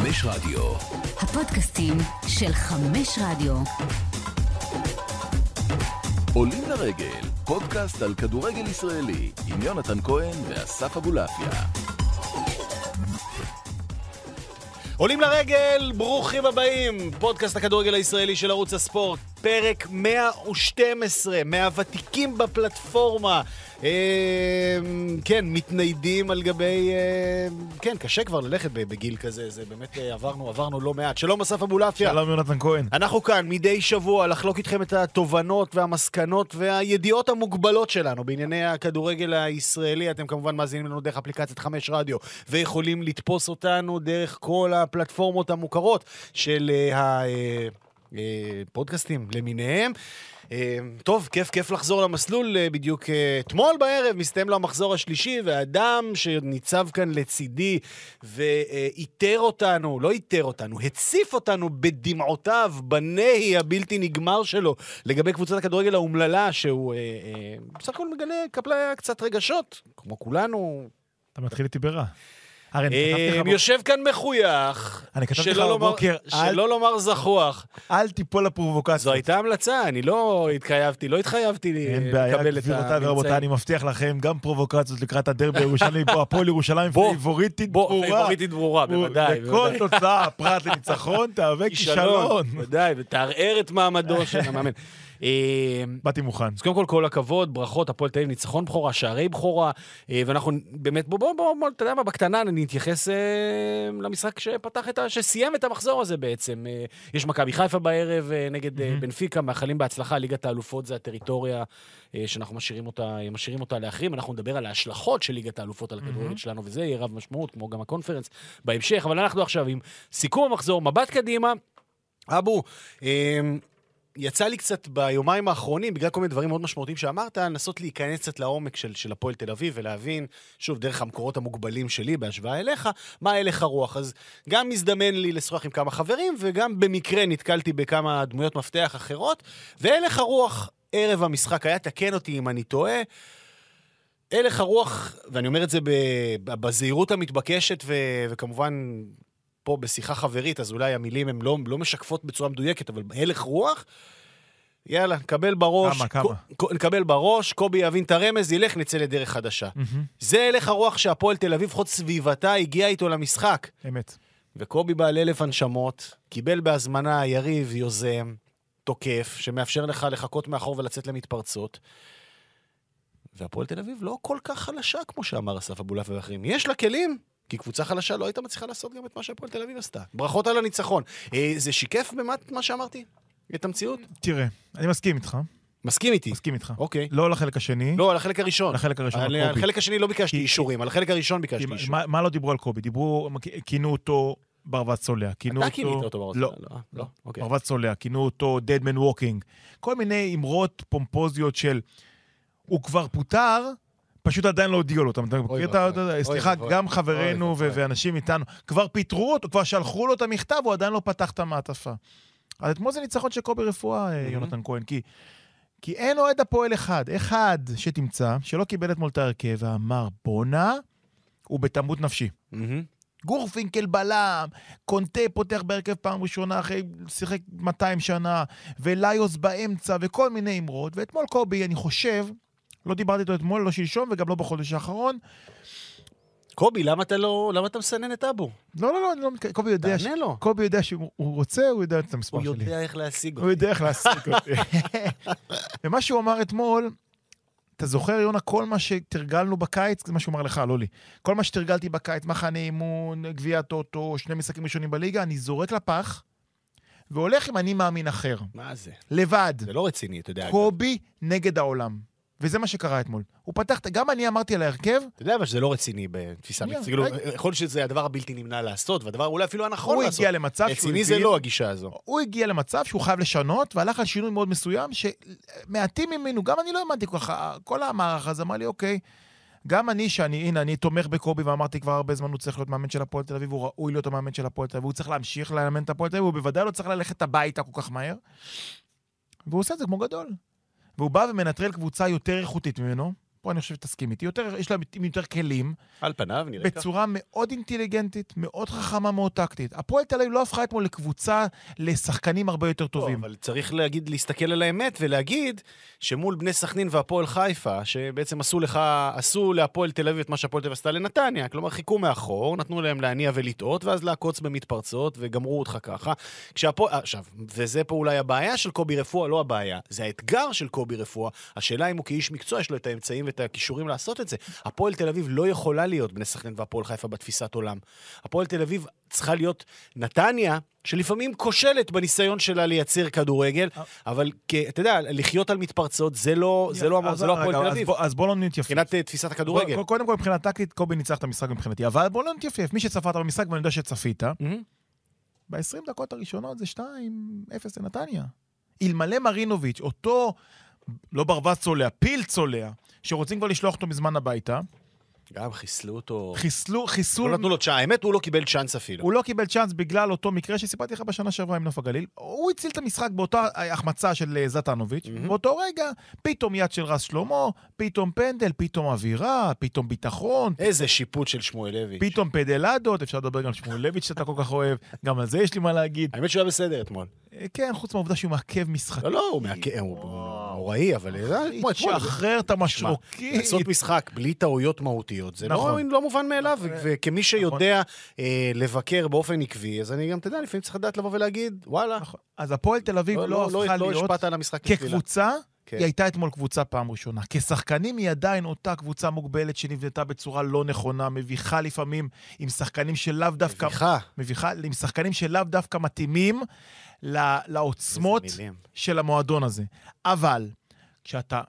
5 רדיו. הפודקאסטים של 5 רדיו. עולים לרגל, פודקאסט על כדורגל ישראלי, עם יונתן כהן ואסף אבולעפיה. עולים לרגל, ברוכים הבאים, פודקאסט הכדורגל הישראלי של ערוץ הספורט, פרק 112, מהוותיקים בפלטפורמה. כן, מתניידים על גבי... כן, קשה כבר ללכת בגיל כזה, זה באמת עברנו לא מעט. שלום אסף אבולעפיה. שלום יונתן כהן. אנחנו כאן מדי שבוע לחלוק איתכם את התובנות והמסקנות והידיעות המוגבלות שלנו בענייני הכדורגל הישראלי. אתם כמובן מאזינים לנו דרך אפליקציית 5 רדיו, ויכולים לתפוס אותנו דרך כל הפלטפורמות המוכרות של הפודקאסטים למיניהם. טוב, כיף לחזור למסלול. בדיוק אתמול בערב מסתיים לו המחזור השלישי, והאדם שניצב כאן לצידי הציף אותנו בדמעותיו, בנהי הבלתי נגמר שלו, לגבי קבוצת הכדורגל האומללה, שהוא בסך הכל מגלה קצת רגשות, כמו כולנו. אתה מתחיל איתי ברע. יושב כאן מחוייך, שלא לומר זכוח. אל תיפול לפרובוקציה. זו הייתה המלצה, אני לא התחייבתי אין בעיה, גבירותיי ורבותיי, אני מבטיח לכם גם פרובוקציות לקראת הדרבי הירושלים, פה הפועל ירושלים פייבוריטית ברורה, בוודאי. וכל תוצאה פרט לניצחון תהווה כישלון. ודאי, ותערער את מעמדו של המאמן. באתי מוכן. אז קודם כל הכבוד, ברכות, הפועל תל אביב, ניצחון בכורה, שערי בכורה, ואנחנו באמת, אתה יודע מה, בקטנה נתייחס למשחק שסיים את המחזור הזה בעצם. יש מכבי חיפה בערב נגד בנפיקה, מאחלים בהצלחה, ליגת האלופות זה הטריטוריה שאנחנו משאירים אותה לאחרים, אנחנו נדבר על ההשלכות של ליגת האלופות על הכדורגל שלנו, וזה יהיה רב משמעות, כמו גם הקונפרנס בהמשך, אבל אנחנו עכשיו עם סיכום המחזור, מבט קדימה. אבו, יצא לי קצת ביומיים האחרונים, בגלל כל מיני דברים מאוד משמעותיים שאמרת, לנסות להיכנס קצת לעומק של הפועל תל אביב, ולהבין, שוב, דרך המקורות המוגבלים שלי, בהשוואה אליך, מה הלך הרוח. אז גם מזדמן לי לשוחח עם כמה חברים, וגם במקרה נתקלתי בכמה דמויות מפתח אחרות, והלך הרוח ערב המשחק היה, תקן אותי אם אני טועה, הלך הרוח, ואני אומר את זה בזהירות המתבקשת, וכמובן פה בשיחה חברית, אז אולי המילים הן לא משקפות בצורה מדויקת, אבל הלך רוח, יאללה, נקבל בראש, קובי יבין את הרמז, ילך, נצא לדרך חדשה. זה הלך הרוח שהפועל תל אביב, חוד סביבתה, הגיע איתו למשחק. אמת. וקובי בעל 1,000 הנשמות, קיבל בהזמנה יריב יוזם, תוקף, שמאפשר לך לחכות מאחור ולצאת למתפרצות. והפועל תל אביב לא כל כך חלשה, כמו שאמר אסף אבולעפיה ואחרים. יש לה כלים, כי קבוצה חלשה לא הייתה מצליחה לעשות גם את מה שהפועל תל אביב עשתה. ברכות על הניצחון. זה שיקף באמת מה שאמרתי? את המציאות? תראה, אני מסכים איתך. מסכים איתי? מסכים איתך. אוקיי. לא על החלק השני. לא, על החלק הראשון. על החלק השני לא ביקשתי אישורים, על החלק הראשון ביקשתי אישורים. מה לא דיברו על קובי? כינו אותו ברווז צולע. אתה כינית אותו ברווז צולע? לא. ברווז צולע. כינו אותו dead man walking. כל מיני אמרות פומפוזיות של הוא כבר פוטר, פשוט עדיין לא הודיעו לו. סליחה, גם חברינו ואנשים איתנו, כבר פיטרו אותו, כבר שלחו לו את המכתב, הוא עדיין לא פתח את המעטפה. אז אתמול זה ניצחון של קובי רפואה, יונתן כהן, כי אין אוהד הפועל אחד שתמצא, שלא קיבל אתמול את ההרכב, ואמר, בונה, הוא בתמות נפשי. גורפינקל בלם, קונטה פותח בהרכב פעם ראשונה, אחרי שיחק 200 שנה, וליוס באמצע, וכל מיני אמרות, ואתמול קובי, אני חושב, לא דיברתי איתו אתמול, לא שלשום, וגם לא בחודש האחרון. קובי, למה אתה מסנן את אבו? לא, קובי יודע שהוא רוצה, הוא יודע את המספר שלי. הוא יודע איך להשיג אותי. הוא יודע איך להשיג אותי. ומה שהוא אמר אתמול, אתה זוכר, יונה, כל מה שתרגלנו בקיץ, זה מה שהוא אמר לך, לא לי. כל מה שתרגלתי בקיץ, מחנה אימון, גביע טוטו, 2 משחקים ראשונים בליגה, אני זורק לפח, והולך עם אני מאמין אחר. מה זה? לבד. זה לא רציני, אתה יודע. קובי נגד העולם. וזה מה שקרה אתמול. הוא פתח, גם אני אמרתי על ההרכב. אתה יודע, אבל שזה לא רציני בתפיסה. יכול שזה הדבר הבלתי נמנע לעשות, והדבר אולי אפילו הנכון לעשות. הוא הגיע למצב רציני זה לא הגישה הזו. הוא הגיע למצב שהוא חייב לשנות, והלך על שינוי מאוד מסוים, שמעטים ממנו, גם אני לא האמנתי ככה, כל המערך הזה אמר לי, אוקיי, גם אני תומך בקובי, ואמרתי כבר הרבה זמן, הוא צריך להיות מאמן של הפועל תל אביב, הוא ראוי להיות המאמן של הפועל תל אביב, הוא צריך להמשיך לאמן את הפועל תל אביב, הוא בוודאי לא צריך ללכת הביתה כל כך מהר. והוא עושה את זה כמו גדול. והוא בא ומנטרל קבוצה יותר איכותית ממנו, פה אני חושב שתסכים איתי, יש להם יותר כלים, על פניו, נראה כך. בצורה מאוד אינטליגנטית, מאוד חכמה, מאוד טקטית. הפועל תל אביב לא הפכה אתמול לקבוצה לשחקנים הרבה יותר טובים. אבל צריך להסתכל על האמת ולהגיד שמול בני סכנין והפועל חיפה, שבעצם עשו להפועל תל אביב את מה שהפועל תל אביב עשתה לנתניה, כלומר חיכו מאחור, נתנו להם להניע ולטעות, ואז לעקוץ במתפרצות, וגמרו אותך ככה. עכשיו, וזה פה אולי הבעיה של קובי רפואה, לא הבעיה, זה האתגר של קובי רפואה. השאלה אם הוא כאיש מקצוע יש לו את האמצעים ואת הכישורים לעשות את זה. הפועל תל אביב לא יכולה להיות בני סכנין והפועל חיפה בתפיסת עולם. הפועל תל אביב צריכה להיות נתניה, שלפעמים כושלת בניסיון שלה לייצר כדורגל, אבל אתה יודע, לחיות על מתפרצות, זה לא הפועל תל אביב. אז בוא לא נתייפף. מבחינת תפיסת הכדורגל. קודם כל, מבחינת טקטית, קובי ניצח את המשחק מבחינתי, אבל בוא לא נתייפף. מי שצפת במשחק, ואני יודע שצפית, ב-20 דקות הראשונות זה 2-0 לנתניה. אלמלא מרינוביץ', אותו, לא ברווז צולע, פיל צולע, שרוצים כבר לשלוח אותו מזמן הביתה. גם חיסלו אותו. חיסול. לא נתנו לו צ'אנס, האמת הוא לא קיבל צ'אנס אפילו. הוא לא קיבל צ'אנס בגלל אותו מקרה שסיפרתי לך בשנה שעברה עם נוף הגליל. הוא הציל את המשחק באותה החמצה של זטנוביץ'. באותו רגע, פתאום יד של רס שלמה, פתאום פנדל, פתאום אווירה, פתאום ביטחון. איזה שיפוט של שמואלביץ'. פתאום פדלדות, אפשר לדבר גם על שמואלביץ' שאתה כל כך אוהב. גם על זה יש לי מה להגיד. האמת שהוא היה בסדר אתמול. כן, חוץ מהעובדה שהוא מעכב משחק. לא, הוא מעכב, הוא נוראי, אבל שחרר את המשרוקית. לעשות משחק בלי טעויות מהותיות, זה לא מובן מאליו, וכמי שיודע לבקר באופן עקבי, אז אני גם תדע, לפעמים צריך לדעת לבוא ולהגיד, וואלה. אז הפועל תל אביב לא הפכה להיות כקבוצה, היא הייתה אתמול קבוצה פעם ראשונה. כשחקנים היא עדיין אותה קבוצה מוגבלת שנבנתה בצורה לא נכונה, מביכה לפעמים עם שחקנים שלאו דווקא... מביכה, עם שחקנים שלאו דווקא מתאימים לעוצמות של המועדון הזה. אבל, כשאתה...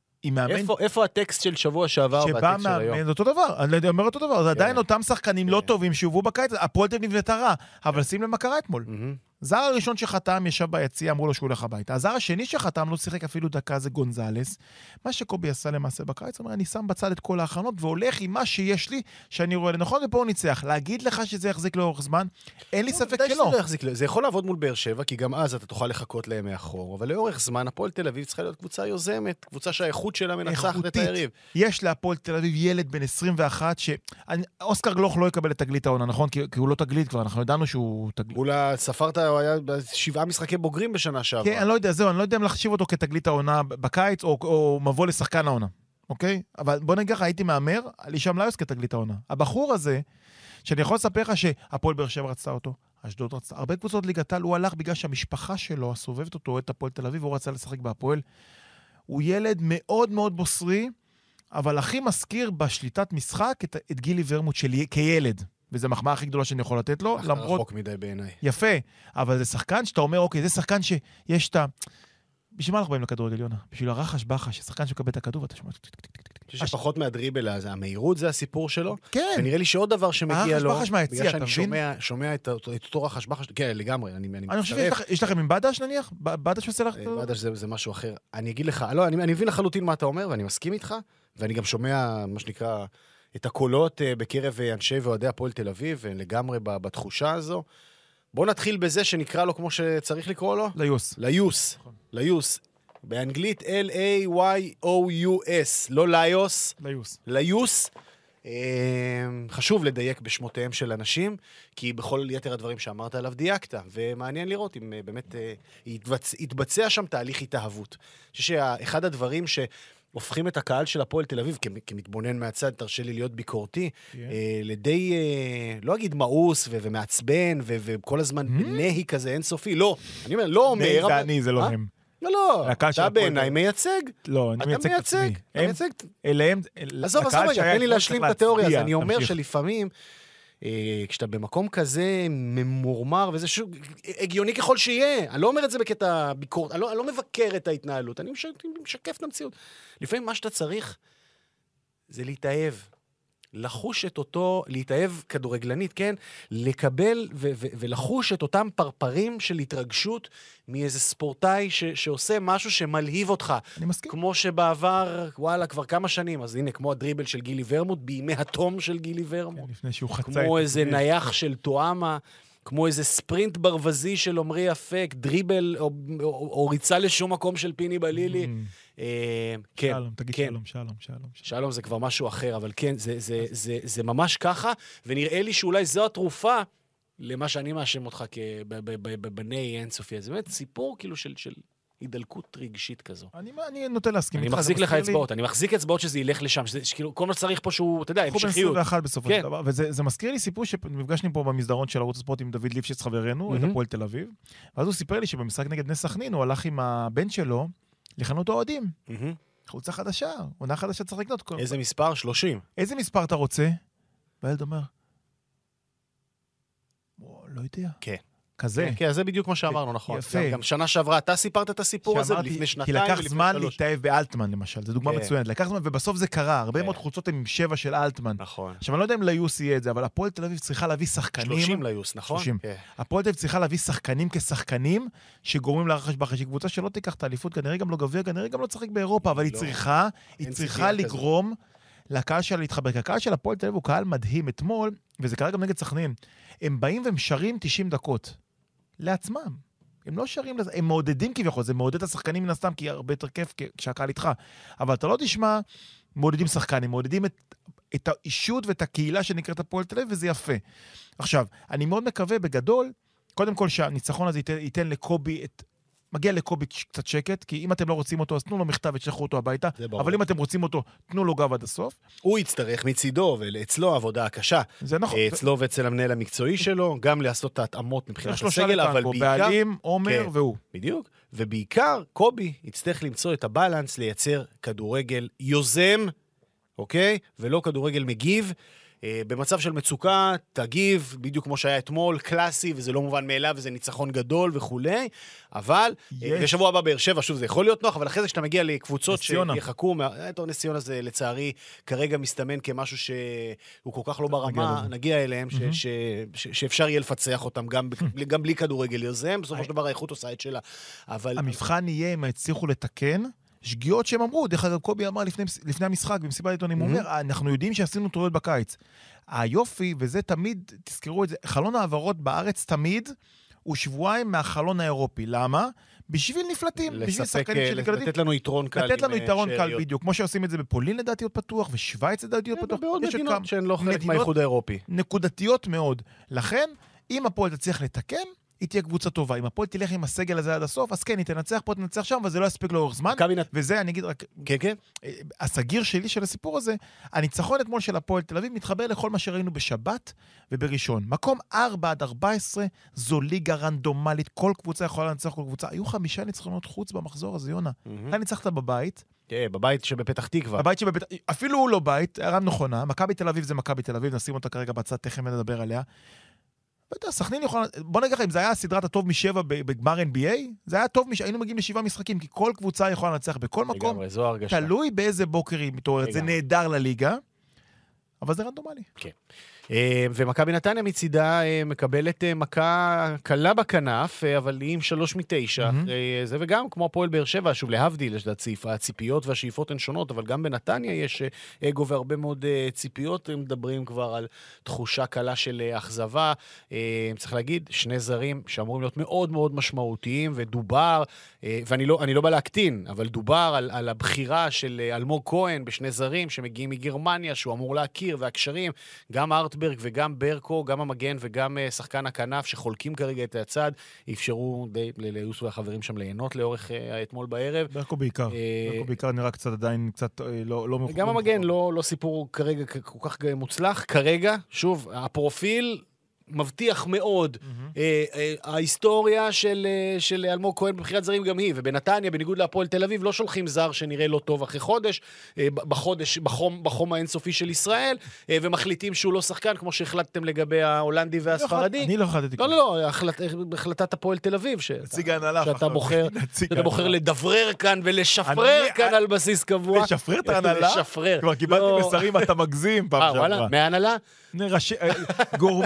איפה הטקסט של שבוע שעבר והטקסט של היום? זה אותו דבר, אני אומר אותו דבר, זה עדיין אותם שחקנים לא טובים שהובאו בקיץ, הפועל תל אביב נבנתה רע, אבל שים לב מה קרה אתמול. זר הראשון שחתם ישב ביציע, אמרו לו שהוא הולך הביתה. הזר השני שחתם לא שיחק אפילו דקה, זה גונזלס. מה שקובי עשה למעשה בקיץ, הוא אומר, אני שם בצד את כל ההכנות והולך עם מה שיש לי, שאני רואה לנכון, ופה הוא ניצח. להגיד לך שזה יחזיק לאורך זמן, אין לי ספק שלא. זה יכול לעבוד מול באר שבע, כי גם אז אתה תוכל לחכות להם מאחור, אבל לאורך זמן הפועל תל אביב צריכה להיות קבוצה יוזמת, קבוצה שהאיכות שלה מנצחת את היריב. יש להפועל תל אביב ילד בן 21 אוסקר גלוך לא יקבל את תגלית העונה, נכון? כי הוא לא תגלית כבר, אנחנו ידענו שהוא תגלית. אולי ספרת, היה 7 משחקי בוגרים בשנה שעברה. כן, אני לא יודע, אני לא יודע אם להחשיב אותו כתגלית העונה בקיץ, או מבוא לשחקן העונה, אוקיי? אבל בוא נגיד לך, הייתי מאמר על הישאם ליוס כתגלית העונה. הבחור הזה, שאני יכול לספר לך שהפועל באר שבע רצתה אותו, אשדוד רצתה, הרבה קבוצות ליגת העל, הוא הלך בגלל שהמשפחה שלו, הסובבת אותו, את הפועל תל אביב, והוא רצה לשחק בהפועל. הוא ילד מאוד מאוד בוסרי, אבל הכי מזכיר בשליטת משחק את גילי ורמוט שלי כילד. וזו מחמאה הכי גדולה שאני יכול לתת לו. למרות... רחוק מדי בעיניי. יפה, אבל זה שחקן שאתה אומר, אוקיי, זה שחקן שיש את ה... בשביל מה אנחנו באים לכדורגל, יונה? בשביל הרחש בחש, שחקן שמקבל את הכדור, ואתה שומע... שפחות מהדריבל, המהירות זה הסיפור שלו. כן. ונראה לי שעוד דבר שמגיע לו... הרחש בחש מהיציע, אתה מבין? בגלל שאני שומע את אותו רחש בחש, כן, לגמרי, אני חושב שיש לכם עם בדש נניח? בדש עושה לך... בדש זה משהו אחר. אני אגיד לך, לא, אני מבין לחלוטין מה אתה אומר, ואני מסכים איתך, ואני גם שומע, מה שנקרא, את הקולות בקרב אנשי ואוהדי הפועל תל אביב, לגמרי בתחושה הזו. בוא נתחיל בזה שנקרא לו כמו שצריך לקרוא לו. ליוס. באנגלית L-A-Y-O-U-S, לא ליוס. חשוב לדייק בשמותיהם של אנשים, כי בכל יתר הדברים שאמרת עליו דייקת, ומעניין לראות אם באמת יתבצע שם תהליך התאהבות. אני חושב שאחד הדברים הופכים את הקהל של הפועל תל אביב, כמתבונן מהצד, תרשה לי להיות ביקורתי, לידי, לא אגיד מאוס ומעצבן, וכל הזמן נהי כזה אינסופי, לא, אני אומר, לא אומר... זה אני, זה לא הם. לא, אתה בעיניי מייצג. לא, אני מייצג את עצמי. אתה מייצג... אליהם... עזוב, תן לי להשלים את התיאוריה, אז אני אומר שלפעמים... כשאתה במקום כזה ממורמר, וזה הגיוני ככל שיהיה, אני לא אומר את זה בקטע ביקורת, אני לא מבקר את ההתנהלות, אני משקף את המציאות. לפעמים מה שאתה צריך זה להתאהב, לחוש את אותו, להתאהב כדורגלנית, כן? לקבל ולחוש את אותם פרפרים של התרגשות מאיזה ספורטאי שעושה משהו שמלהיב אותך. אני מסכים. כמו שבעבר, וואלה, כבר כמה שנים, אז הנה, כמו הדריבל של גילי ורמוט, בימי התום של גילי ורמוט. כן, לפני שהוא חצה כמו איזה נייח של תואמה, כמו איזה ספרינט ברווזי של עומרי אפק, דריבל או ריצה לשום מקום של פיני בלילי. כן, שלום, תגיד כן. שלום. שלום זה כבר משהו אחר, אבל כן, זה ממש ככה, ונראה לי שאולי זו התרופה למה שאני מאשים אותך בבני אינסופי. זה באמת סיפור כאילו של הידלקות רגשית כזו. אני נוטה להסכים. אני מחזיק לך אצבעות, אני מחזיק אצבעות שזה ילך לשם, שכאילו כל מה שצריך פה שהוא, אתה יודע, המשכיות. 21 בסופו של דבר, וזה מזכיר לי סיפור שנפגשנו פה במסדרון של ערוץ הספורט עם דוד ליפשיץ חברנו, את הפועל תל אביב, ואז הוא סיפר לי שבמשחק נגד בני סכנין, הוא הלך עם הבן שלו לחנות האוהדים. חולצה חדשה, עונה חדשה צריך לקנות. איזה מספר? 30. איזה מספר אתה רוצה? והילד אומר, לא יודע. כן. כזה. כן, זה בדיוק מה שאמרנו, נכון. יפה. גם שנה שעברה, אתה סיפרת את הסיפור הזה לפני שנתיים ולפני 3. כי לקח זמן 3. להתאהב באלטמן, למשל. זו דוגמה מצוינת. לקח זמן, ובסוף זה קרה. הרבה מאוד חולצות הם עם 7 של אלטמן. נכון. עכשיו, אני לא יודע אם ליוס יהיה את זה, אבל הפועל תל אביב צריכה להביא שחקנים. 30 ליוס, נכון? 30. הפועל תל אביב צריכה להביא שחקנים כשחקנים, שגורמים לרכש בחש. היא קבוצה שלא תיקח את האליפות, כנראה גם לא גביע, כנראה גם לא תשחק באירופה, אבל היא צריכה לגרום לקהל שלה להתחבר. הקהל של הפועל תל אביב הוא קהל מדהים אתמול, וזה קרה גם נגד סכנין. הם באים והם שרים 90 דקות. לעצמם. הם לא שרים לזה, הם מעודדים כביכול, זה מעודד את השחקנים מן הסתם, כי הרבה יותר כיף כשהקהל איתך. אבל אתה לא תשמע, מעודדים שחקנים, מעודדים את האישות ואת הקהילה שנקראת הפועל תל אביב, וזה יפה. עכשיו, אני מאוד מקווה בגדול, קודם כל שהניצחון הזה ייתן לקובי מגיע לקובי קצת שקט, כי אם אתם לא רוצים אותו, אז תנו לו מכתב ותשלחו אותו הביתה, אבל אם אתם רוצים אותו, תנו לו גב עד הסוף. הוא יצטרך מצידו, ואצלו עבודה הקשה. זה נכון. אצלו ואצל המנהל המקצועי שלו, גם לעשות את ההתאמות מבחינת הסגל, אבל בעיקר... בעלים, עומר והוא. בדיוק. ובעיקר, קובי יצטרך למצוא את הבלנס, לייצר כדורגל יוזם, אוקיי? ולא כדורגל מגיב. במצב של מצוקה, תגיב, בדיוק כמו שהיה אתמול, קלאסי, וזה לא מובן מאליו, וזה ניצחון גדול וכולי, אבל, בשבוע הבא באר שבע, שוב, זה יכול להיות נוח, אבל אחרי זה שאתה מגיע לקבוצות שיחכו, נס ציונה זה לצערי, כרגע מסתמן כמשהו שהוא כל כך לא ברמה, נגיע אליהם, שאפשר יהיה לפצח אותם, גם בלי כדורגל יוזם, בסופו של דבר האיכות עושה את שלה. המבחן יהיה אם הצליחו לתקן, שגיאות שהם אמרו, דרך אגב, קובי אמר לפני המשחק, במסיבת העיתונים, הוא אומר, אנחנו יודעים שעשינו טעויות בקיץ. היופי, וזה תמיד, תזכרו את זה, חלון העברות בארץ תמיד, הוא שבועיים מהחלון האירופי. למה? בשביל נפלטים, בשביל שחקנים של נקלטים. לתת לנו יתרון קל. לתת לנו יתרון קל בדיוק, כמו שעושים את זה בפולין לדעתי עוד פתוח, ושוויץ לדעתי עוד פתוח. בעוד מדינות שהן לא חלק מהאיחוד האירופי. נקודתיות מאוד. לכן, אם הפועל תצליח לתקן, היא תהיה קבוצה טובה. אם הפועל תלך עם הסגל הזה עד הסוף, אז כן, היא תנצח פה, תנצח שם, וזה לא יספיק לאורך זמן. וזה, אני אגיד רק... כן, כן. הסגיר שלי של הסיפור הזה, הניצחון אתמול של הפועל תל אביב מתחבר לכל מה שראינו בשבת ובראשון. מקום 4 עד 14, זו ליגה רנדומלית, כל קבוצה יכולה לנצח כל קבוצה. היו 5 ניצחונות חוץ במחזור הזה, יונה. אתה ניצחת בבית. כן, בבית שבפתח תקווה. אפילו הוא לא בית, הרם נכונה. מכבי תל אביב זה מכבי תל אביב, נשים אותה כרגע בצד, תכף נדבר עליה. סכנין יכול... בוא נגיד לך, אם זה היה הסדרת הטוב מ7 בגמר NBA, זה היה טוב היינו מגיעים ל7 משחקים, כי כל קבוצה יכולה לנצח בכל מקום, תלוי באיזה בוקר היא מתעוררת, זה נהדר לליגה, אבל זה רנדומלי. כן. ומכבי נתניה מצידה מקבלת מכה קלה בכנף, אבל היא עם 3 מ-9, זה וגם כמו הפועל באר שבע, שוב להבדיל, הציפיות והשאיפות הן שונות, אבל גם בנתניה יש אגו והרבה מאוד ציפיות, הם מדברים כבר על תחושה קלה של אכזבה, צריך להגיד, 2 זרים שאמורים להיות מאוד מאוד משמעותיים, ודובר, ואני לא בא להקטין, אבל דובר על הבחירה של אלמוג כהן ב2 זרים שמגיעים מגרמניה, שהוא אמור להכיר, והקשרים, גם ארטברג וגם ברקו, גם המגן וגם שחקן הכנף שחולקים כרגע את הצד, אפשרו ליוס והחברים שם ליהנות לאורך אתמול בערב. ברקו בעיקר נראה קצת עדיין קצת לא מפורט. גם המגן לא סיפור כרגע כל כך מוצלח. כרגע, שוב, הפרופיל מבטיח מאוד. ההיסטוריה של אלמוג כהן בבחירת זרים גם היא, ובנתניה, בניגוד להפועל תל אביב, לא שולחים זר שנראה לא טוב אחרי חודש, בחום האינסופי של ישראל, ומחליטים שהוא לא שחקן, כמו שהחלטתם לגבי ההולנדי והספרדי. אני לא החלטתי. לא, החלטת הפועל תל אביב, שאתה בוחר לדברר כאן ולשפרר כאן על בסיס קבוע. לשפרר את ההנהלה? לשפרר. כבר קיבלתי מסרים, אתה מגזים פעם שעברה. מההנהלה? גורמים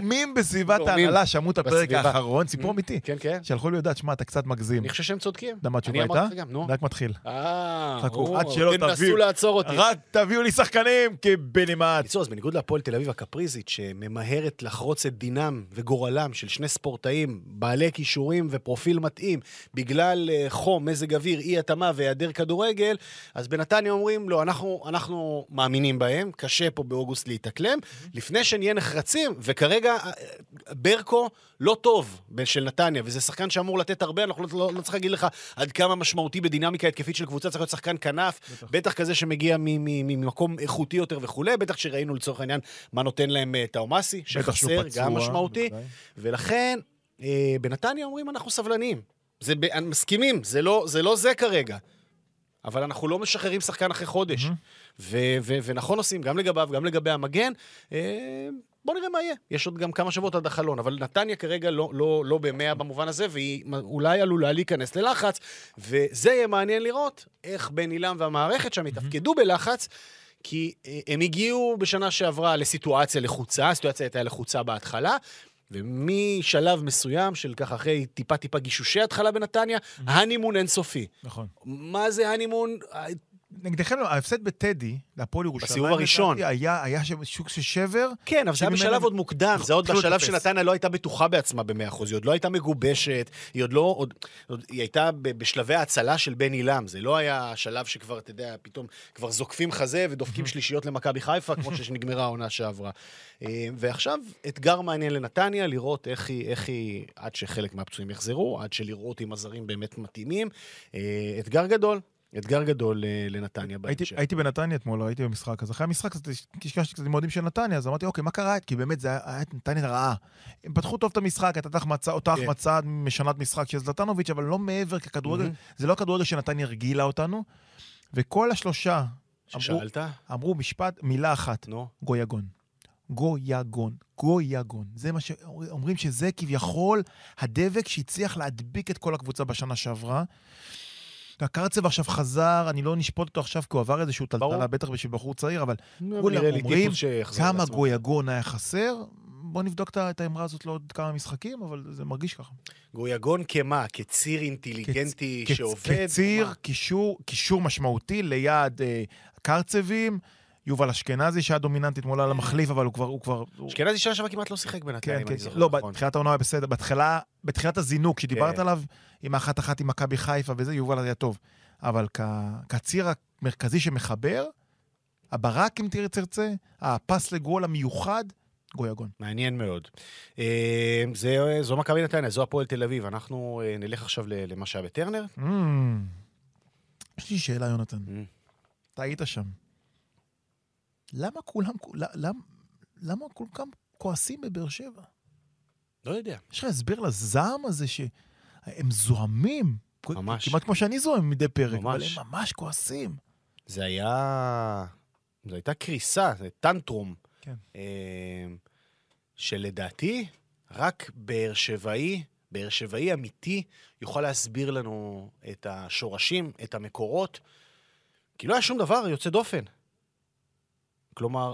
בסביבת ההנהלה שמעו את הפרק האחרון, סיפור אמיתי. כן, כן. שהלכו לי יודעת, שמה, אתה קצת מגזים. אני חושב שהם צודקים. למה התשובה הייתה? רק מתחיל. חכו, עד שלא תנסו לעצור אותי. רק תביאו לי שחקנים כבנמט. ניצור, אז בניגוד להפועל תל אביב הקפריזית, שממהרת לחרוץ את דינם וגורלם של שני ספורטאים, בעלי כישורים ופרופיל מתאים, בגלל חום, מזג אוויר, אי התאמה והיעדר כדורגל, אז בנתניה אומרים, לא, אנחנו מאמינים בהם, קשה פה באוגוסט להתאקלם, לפני שנהיה נחרצים, וכרגע ברקו לא טוב של נתניה, וזה שחקן שאמור לתת הרבה, אנחנו לא צריך להגיד לך עד כמה משמעותי בדינמיקה התקפית של קבוצה, צריך להיות שחקן כנף, בטח כזה שמגיע ממקום איכותי יותר וכולי, בטח שראינו לצורך העניין מה נותן להם תאומאסי, שחסר, גם משמעותי, ולכן בנתניה אומרים אנחנו סבלניים, מסכימים, זה לא זה כרגע, אבל אנחנו לא משחררים שחקן אחרי חודש, ונכון עושים, גם לגביו, גם לגבי המגן, בוא נראה מה יהיה. יש עוד גם כמה שבועות עד החלון, אבל נתניה כרגע לא ב-100 במובן הזה, והיא אולי עלולה להיכנס ללחץ, וזה יהיה מעניין לראות איך בן אילם והמערכת שם יתפקדו בלחץ, כי הם הגיעו בשנה שעברה לסיטואציה לחוצה, הסיטואציה הייתה לחוצה בהתחלה, ומשלב מסוים של ככה אחרי טיפה גישושי התחלה בנתניה, הנימון אינסופי. נכון. מה זה הנימון? נגדכם, ההפסד בטדי, להפועל ירושלים, בסיבוב הראשון. היה שוק של שבר. כן, אבל זה היה בשלב עוד מוקדם, זה עוד בשלב שנתניה לא הייתה בטוחה בעצמה ב100%, היא עוד לא הייתה מגובשת, היא הייתה בשלבי ההצלה של בן אילם, זה לא היה שלב שכבר, אתה יודע, פתאום כבר זוקפים חזה ודופקים שלישיות למכבי חיפה, כמו שנגמרה העונה שעברה. ועכשיו, אתגר מעניין לנתניה, לראות איך היא, עד שחלק מהפצועים יחזרו, עד שלראות אם הזרים באמת מתאימים, אתגר גדול לנתניה בהמשך. הייתי בנתניה אתמול, ראיתי במשחק, אז אחרי המשחק קשקשתי קצת עם מועדים של נתניה, אז אמרתי, אוקיי, מה קרה? כי באמת זה היה נתניה רעה. הם פתחו טוב את המשחק, אותה החמצה משנת משחק של זלטנוביץ', אבל לא מעבר ככדורגל, זה לא הכדורגל שנתניה הרגילה אותנו, וכל השלושה אמרו משפט, מילה אחת, גויגון. גויגון. זה מה שאומרים שזה כביכול הדבק שהצליח להדביק את כל הקבוצה בשנה שעברה. הקרצב עכשיו חזר, אני לא נשפוט אותו עכשיו, כי הוא עבר איזשהו טלטלה, בטח בשביל בחור צעיר, אבל כולם אומרים כמה גויגון היה חסר, בוא נבדוק את האמרה הזאת לעוד כמה משחקים, אבל זה מרגיש ככה. גויגון כמה? כציר אינטליגנטי שעובד? כציר, קישור משמעותי ליד קרצבים, יובל אשכנזי שהיה דומיננטית מולה על המחליף, אבל הוא כבר... אשכנזי שנה שווה כמעט לא שיחק בנתניה, אם אני זוכר. לא, בתחילת העונה היה בסדר, בתחילת הזינוק שדיברת עליו, עם האחת עם מכבי חיפה וזה, יובל היה טוב. אבל כציר המרכזי שמחבר, הברק אם תרצה, הפס לגול המיוחד, גויגון. מעניין מאוד. זו מכבי נתניה, זו הפועל תל אביב. אנחנו נלך עכשיו למה שהיה בטרנר. יש לי שאלה, יונתן. אתה היית שם. למה כולם כועסים בבאר שבע? לא יודע. יש לך הסבר לזעם הזה שהם זוהמים? ממש. כמעט כמו שאני זוהם מדי פרק, אבל הם ממש כועסים. זו הייתה קריסה, זה טנטרום. כן. שלדעתי, רק באר שבעי אמיתי, יוכל להסביר לנו את השורשים, את המקורות, כי לא היה שום דבר יוצא דופן. כלומר,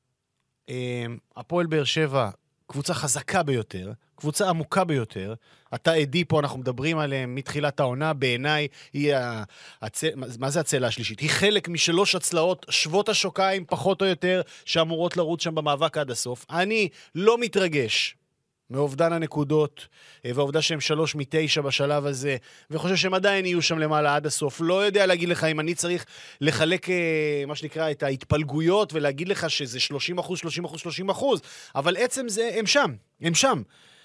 הפועל באר שבע, קבוצה חזקה ביותר, קבוצה עמוקה ביותר, אתה עדי פה, אנחנו מדברים עליהם מתחילת העונה, בעיניי היא, מה זה הצלע השלישית? היא חלק משלוש הצלעות, שוות השוקיים פחות או יותר, שאמורות לרוץ שם במאבק עד הסוף. אני לא מתרגש מאובדן הנקודות, והעובדה שהם 3-9 בשלב הזה, וחושב שהם עדיין יהיו שם למעלה עד הסוף. לא יודע להגיד לך אם אני צריך לחלק, מה שנקרא, את ההתפלגויות, ולהגיד לך שזה 30%, אבל עצם זה, הם שם.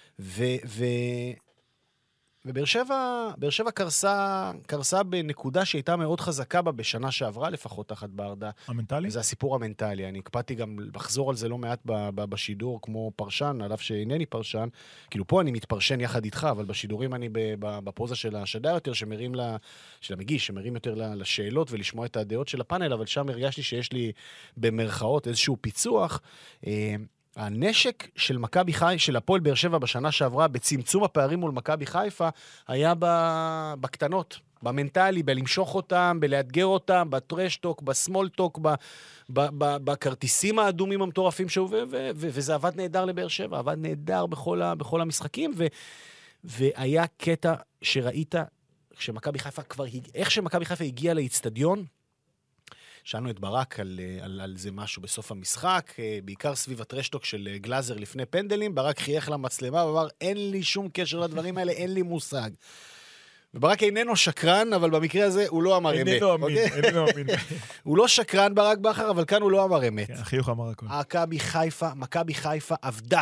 ובאר שבע קרסה בנקודה שהייתה מאוד חזקה בה בשנה שעברה, לפחות תחת ברדה. המנטלי? זה הסיפור המנטלי. אני הקפדתי גם לחזור על זה לא מעט בשידור, כמו פרשן, עליו שאינני פרשן. כאילו פה אני מתפרשן יחד איתך, אבל בשידורים אני בפוזה של השדר יותר, של המגיש, שמרים יותר לשאלות ולשמוע את הדעות של הפאנל, אבל שם הרגשתי שיש לי במרכאות איזשהו פיצוח. הנשק של מכבי חיפה, של הפועל באר שבע בשנה שעברה, בצמצום הפערים מול מכבי חיפה, היה בקטנות. במנטלי, בלמשוך אותם, בלאתגר אותם, בטרשטוק, בסמולטוק, בכרטיסים האדומים המטורפים שהוא, וזה עבד נהדר לבאר שבע, עבד נהדר בכל המשחקים, והיה קטע שראית, כשמכבי חיפה כבר, איך שמכבי חיפה הגיעה לאצטדיון, שאלנו את ברק על זה משהו בסוף המשחק, בעיקר סביב הטרשטוק של גלאזר לפני פנדלים, ברק חייך למצלמה ואמר, אין לי שום קשר לדברים האלה, אין לי מושג. וברק איננו שקרן, אבל במקרה הזה הוא לא אמר אמת. איננו אמין. הוא לא שקרן ברק בכר, אבל כאן הוא לא אמר אמת. כן, החיוך אמר הכל. מכבי חיפה עבדה.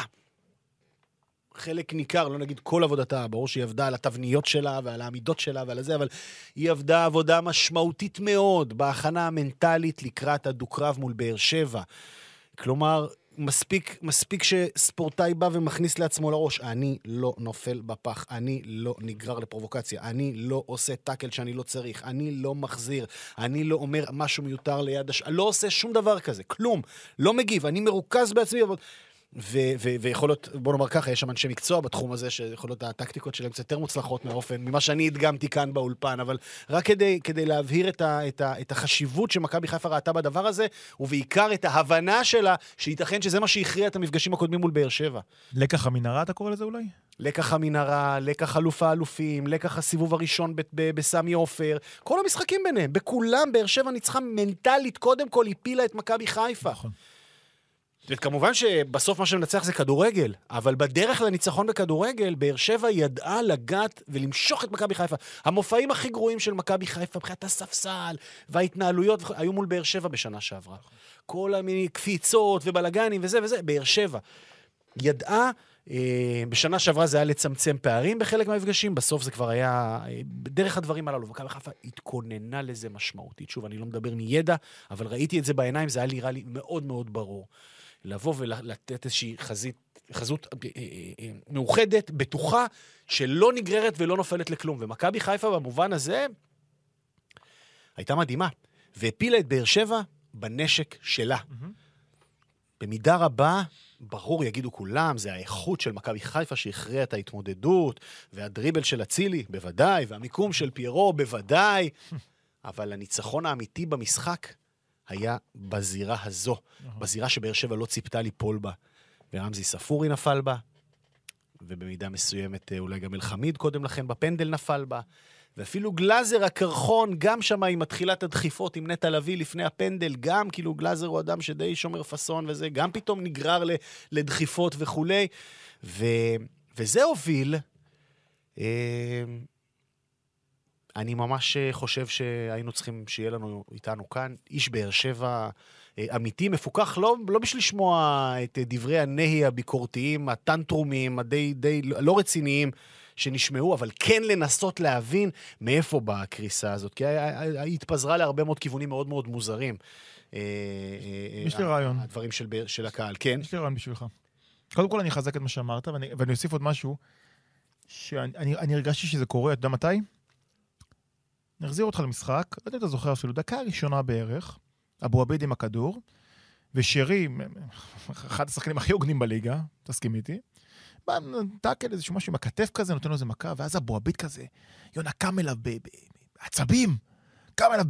חלק ניכר, לא נגיד כל עבודתה, ברור שהיא עבדה על התבניות שלה ועל העמידות שלה ועל זה, אבל היא עבדה עבודה משמעותית מאוד בהכנה המנטלית לקראת הדו-קרב מול באר שבע. כלומר, מספיק שספורטאי בא ומכניס לעצמו לראש, אני לא נופל בפח, אני לא נגרר לפרובוקציה, אני לא עושה טאקל שאני לא צריך, אני לא מחזיר, אני לא אומר משהו מיותר ליד לא עושה שום דבר כזה, כלום, לא מגיב, אני מרוכז בעצמי, אבל... ויכול להיות, בוא נאמר ככה, יש שם אנשי מקצוע בתחום הזה, שיכול להיות הטקטיקות שלהם קצת יותר מוצלחות מהאופן, ממה שאני הדגמתי כאן באולפן, אבל רק כדי להבהיר את החשיבות שמכבי חיפה ראתה בדבר הזה, ובעיקר את ההבנה שלה, שייתכן שזה מה שהכריע את המפגשים הקודמים מול באר שבע. לקח המנהרה, אתה קורא לזה אולי? לקח המנהרה, לקח אלוף האלופים, לקח הסיבוב הראשון בסמי עופר, כל המשחקים ביניהם, בכולם באר שבע ניצחה מנטלית, קודם כל הפילה את מכבי חיפה. נכון. וכמובן שבסוף מה שמנצח זה כדורגל, אבל בדרך לניצחון בכדורגל, באר שבע ידעה לגעת ולמשוך את מכבי חיפה. המופעים הכי גרועים של מכבי חיפה, מבחינת הספסל וההתנהלויות, היו מול באר שבע בשנה שעברה. כל המיני קפיצות ובלגנים וזה, באר שבע. ידעה, בשנה שעברה זה היה לצמצם פערים בחלק מהמפגשים, בסוף זה כבר היה, בדרך הדברים הללו, מכבי חיפה התכוננה לזה משמעותית. שוב, אני לא מדבר מידע, אבל ראיתי את זה בעיניים, זה היה נראה לי מאוד מאוד ברור. לבוא ולתת איזושהי חזות מאוחדת, בטוחה, שלא נגררת ולא נופלת לכלום. ומכבי חיפה במובן הזה הייתה מדהימה, והפילה את באר שבע בנשק שלה. במידה רבה, ברור יגידו כולם, זה האיכות של מכבי חיפה שהכריע את ההתמודדות, והדריבל של אצילי, בוודאי, והמיקום של פיירו, בוודאי. אבל הניצחון האמיתי במשחק היה בזירה הזו, בזירה שבאר שבע לא ציפתה ליפול בה. ורמזי ספורי נפל בה, ובמידה מסוימת אולי גם אלחמיד קודם לכן בפנדל נפל בה, ואפילו גלאזר הקרחון, גם שם עם מתחילת הדחיפות עם נטע לביא לפני הפנדל, גם כאילו גלאזר הוא אדם שדי שומר פסון וזה, גם פתאום נגרר לדחיפות וכולי, וזה הוביל, אני ממש חושב שהיינו צריכים שיהיה לנו איתנו כאן, איש באר שבע אמיתי, מפוקח, לא בשביל לשמוע את דברי הנהי הביקורתיים, הטנטרומיים, די לא רציניים שנשמעו, אבל כן לנסות להבין מאיפה באה הקריסה הזאת, כי היא התפזרה להרבה מאוד כיוונים מאוד מאוד מוזרים. יש לי רעיון. הדברים של הקהל, כן? יש לי רעיון בשבילך. קודם כל אני אחזק את מה שאמרת, ואני אוסיף עוד משהו, שאני הרגשתי שזה קורה, אתה יודע מתי? נחזיר אותך למשחק, לא יודע אם אתה זוכר אפילו, דקה הראשונה בערך, אבו עביד עם הכדור, ושרי, אחד השחקנים הכי הוגנים בליגה, תסכים איתי, בא, נתקל איזשהו משהו עם הכתף כזה, נותן לו איזה מכה, ואז אבו עביד כזה, יונה קם אליו בעצבים, קם אליו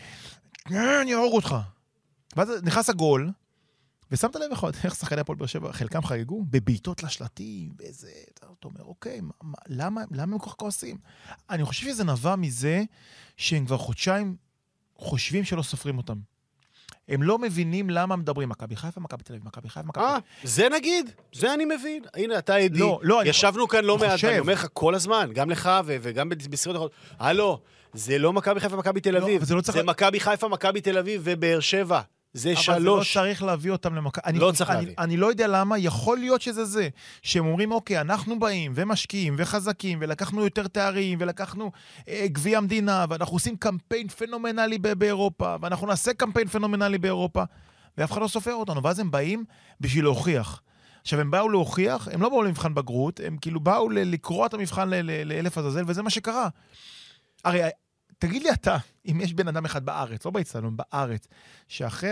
אני אהרוג אותך. ואז נכנס הגול, ושמת לב איך שחקני הפועל באר שבע, חלקם חגגו, בבעיטות לשלטים, באיזה, אתה אומר, אוקיי, למה הם כל כך כועסים? אני חושב שזה נבע מזה שהם כבר חודשיים חושבים שלא סופרים אותם. הם לא מבינים למה מדברים, מכבי חיפה, מכבי תל אביב, מכבי חיפה, מכבי... זה נגיד, זה אני מבין. הנה, אתה עדי, ישבנו כאן לא מעט, אני אומר לך כל הזמן, גם לך וגם בסביבות אחרות, הלו, זה לא מכבי חיפה, מכבי תל אביב, זה מכבי חיפה, מכבי תל אביב ובאר שבע. זה 3. אבל זה לא צריך להביא אותם למכבי. לא צריך להביא. אני לא יודע למה, יכול להיות שזה זה. שהם אומרים, אוקיי, אנחנו באים ומשקיעים וחזקים, ולקחנו יותר תארים, ולקחנו גביע המדינה, ואנחנו עושים קמפיין פנומנלי באירופה, ואנחנו נעשה קמפיין פנומנלי באירופה, ואף אחד לא סופר אותנו. ואז הם באים בשביל להוכיח. עכשיו, הם באו להוכיח, הם לא באו למבחן בגרות, הם כאילו באו לקרוא את המבחן לאלף הזזל, וזה מה שקרה. הרי תגיד לי אתה, אם יש בן אדם אחד בארץ, לא באצטדיון, בארץ, שאחרי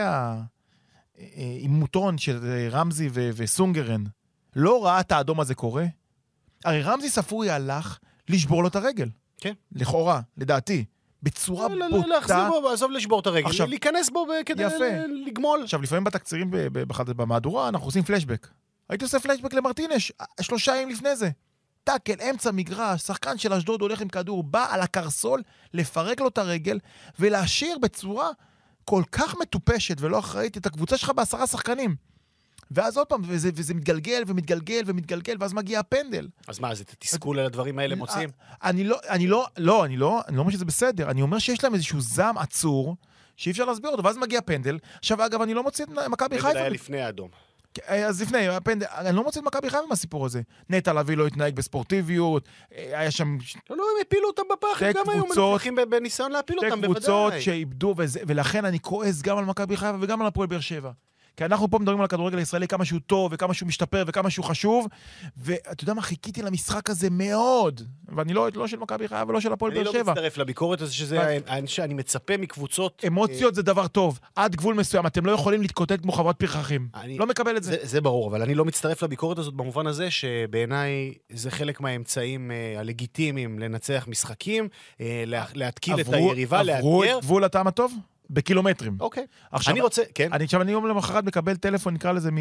האימותון של רמזי וסונגרן, לא ראה את האדום הזה קורה, הרי רמזי ספורי הלך לשבור לו את הרגל. כן. לכאורה, לדעתי. בצורה בוטה. להחזיר בו, עזוב לשבור את הרגל. עכשיו, להיכנס בו כדי לגמול. עכשיו, לפעמים בתקצירים במהדורה, אנחנו עושים פלשבק. הייתי עושה פלשבק למרטינש, 3 ימים לפני זה. טאקל, אמצע מגרש, שחקן של אשדוד הולך עם כדור, בא על הקרסול, לפרק לו את הרגל, ולהשאיר בצורה כל כך מטופשת ולא אחראית את הקבוצה שלך ב10 שחקנים. ואז עוד פעם, וזה מתגלגל ומתגלגל ומתגלגל, ואז מגיע הפנדל. אז מה, אז את התסכול על הדברים האלה מוצאים? אני לא אומר שזה בסדר, אני אומר שיש להם איזשהו זעם עצור, שאי אפשר להסביר אותו, ואז מגיע פנדל. עכשיו, אגב, אני לא מוציא את מכבי חיפה. פנדל היה לפני האדום. אז לפני, הפנדל, אני לא מוציא את מכבי חיפה מהסיפור הזה. נטע לביא לא התנהג בספורטיביות, היה שם... לא, הם הפילו אותם בפח, הם גם היו מנצחים בניסיון להפיל אותם, בוודאי. שתי קבוצות שאיבדו, ולכן אני כועס גם על מכבי חיפה וגם על הפועל באר שבע. כי אנחנו פה מדברים על הכדורגל הישראלי, כמה שהוא טוב, וכמה שהוא משתפר, וכמה שהוא חשוב, ואתה יודע מה, חיכיתי למשחק הזה מאוד, ואני לא של מכבי חיפה ולא של הפועל באר שבע. אני לא מצטרף לביקורת הזה, שאני מצפה מקבוצות... אמוציות זה דבר טוב, עד גבול מסוים, אתם לא יכולים להתקוטט כמו חברת פרחחים. לא מקבל את זה. זה ברור, אבל אני לא מצטרף לביקורת הזאת במובן הזה, שבעיניי זה חלק מהאמצעים הלגיטימיים לנצח משחקים, להתקיל את היריבה, עברו את גבול הטעם הטוב? בקילומטרים. אוקיי. עכשיו, אני רוצה, כן. אני יום למחרת מקבל טלפון, נקרא לזה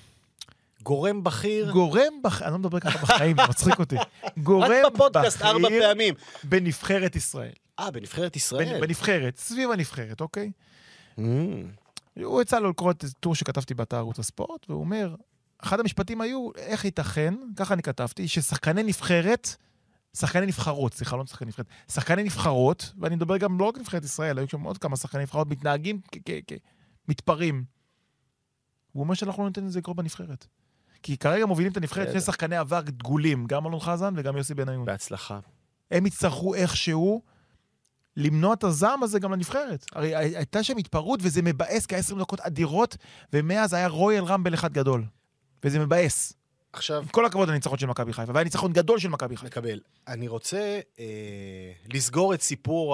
גורם בכיר. אני לא מדבר ככה בחיים, זה מצחיק אותי. גורם רק בפודקאסט 4 פעמים. בנבחרת ישראל. בנבחרת ישראל? בנבחרת, סביב הנבחרת, אוקיי? הוא יצא לו לקרוא את טור שכתבתי באתר ערוץ הספורט, והוא אומר, אחד המשפטים היו, איך ייתכן, ככה אני כתבתי, ששחקני נבחרת, שחקני נבחרות, סליחה, לא שחקני נבחרת, שחקני נבחרות, ואני מדבר גם לא רק נבחרת ישראל, היו שם עוד כמה שחקני נבחרות, מתנהגים מתפרים. הוא אומר שאנחנו לא ניתן את זה לקרוא בנבחרת. כי כרגע מובילים את הנבחרת, שני שחקני עבר דגולים, גם אלון חזן וגם יוסי בניון. בהצלחה. הם יצטרכו איכשהו למנוע את הזעם הזה גם לנבחרת. הרי הייתה שם התפרות, וזה מבאס, כי 20 דקות אדירות, ומאז היה רויאל רמבל אחד גדול. וזה מבאס. עכשיו... כל הכבוד הניצחון של מכבי חיפה, והיה ניצחון גדול של מכבי חיפה. מקבל. אני רוצה לסגור את סיפור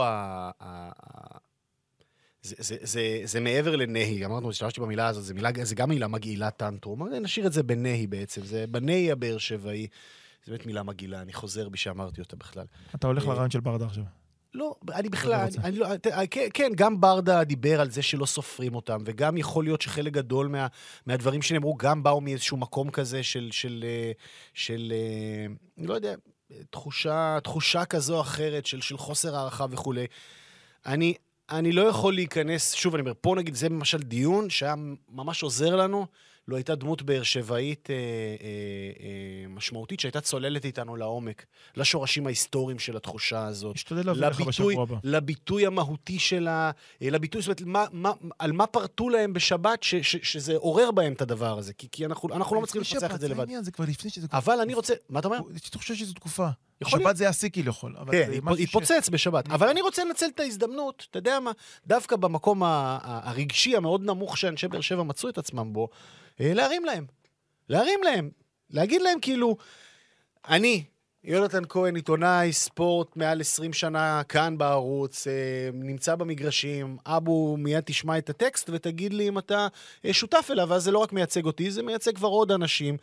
זה מעבר לנהי, אמרנו, השתמשתי במילה הזאת, זה גם מילה מגעילה טנטרום, נשאיר את זה בנהי בעצם, זה בנהי הבאר שבעי, זה באמת מילה מגעילה, אני חוזר בי שאמרתי אותה בכלל. אתה הולך לרעיון של ברדה עכשיו. לא, אני בכלל, כן, גם ברדה דיבר על זה שלא סופרים אותם, וגם יכול להיות שחלק גדול מהדברים שנאמרו, גם באו מאיזשהו מקום כזה של אני לא יודע, תחושה כזו או אחרת של חוסר הערכה וכו'. אני לא יכול להיכנס, שוב אני אומר, פה נגיד, זה למשל דיון שהיה ממש עוזר לנו, לא הייתה דמות באר שבעית משמעותית, שהייתה צוללת איתנו לעומק, לשורשים ההיסטוריים של התחושה הזאת. השתדל להביא לך בשבוע הבא. לביטוי המהותי שלה, לביטוי, זאת אומרת, על מה פרטו להם בשבת, שזה עורר בהם את הדבר הזה, כי אנחנו לא מצליחים לפצח את זה לבד. זה כבר לפני שזה... אבל אני רוצה, מה אתה אומר? יש לי חושב שזו תקופה. שבת זה הסיקי לאכול. כן, התפוצץ בשבת. אבל אני רוצה לנצל את ההזדמנות, אתה יודע מה, דווקא במקום הרגשי המאוד נמוך שאנשי באר שבע מצאו את עצמם בו, להרים להם, להגיד להם כאילו, אני, יונתן כהן, עיתונאי, ספורט, מעל 20 שנה כאן בערוץ, נמצא במגרשים, אבו מיד תשמע את הטקסט ותגיד לי אם אתה שותף אליו, אז זה לא רק מייצג אותי, זה מייצג כבר עוד אנשים.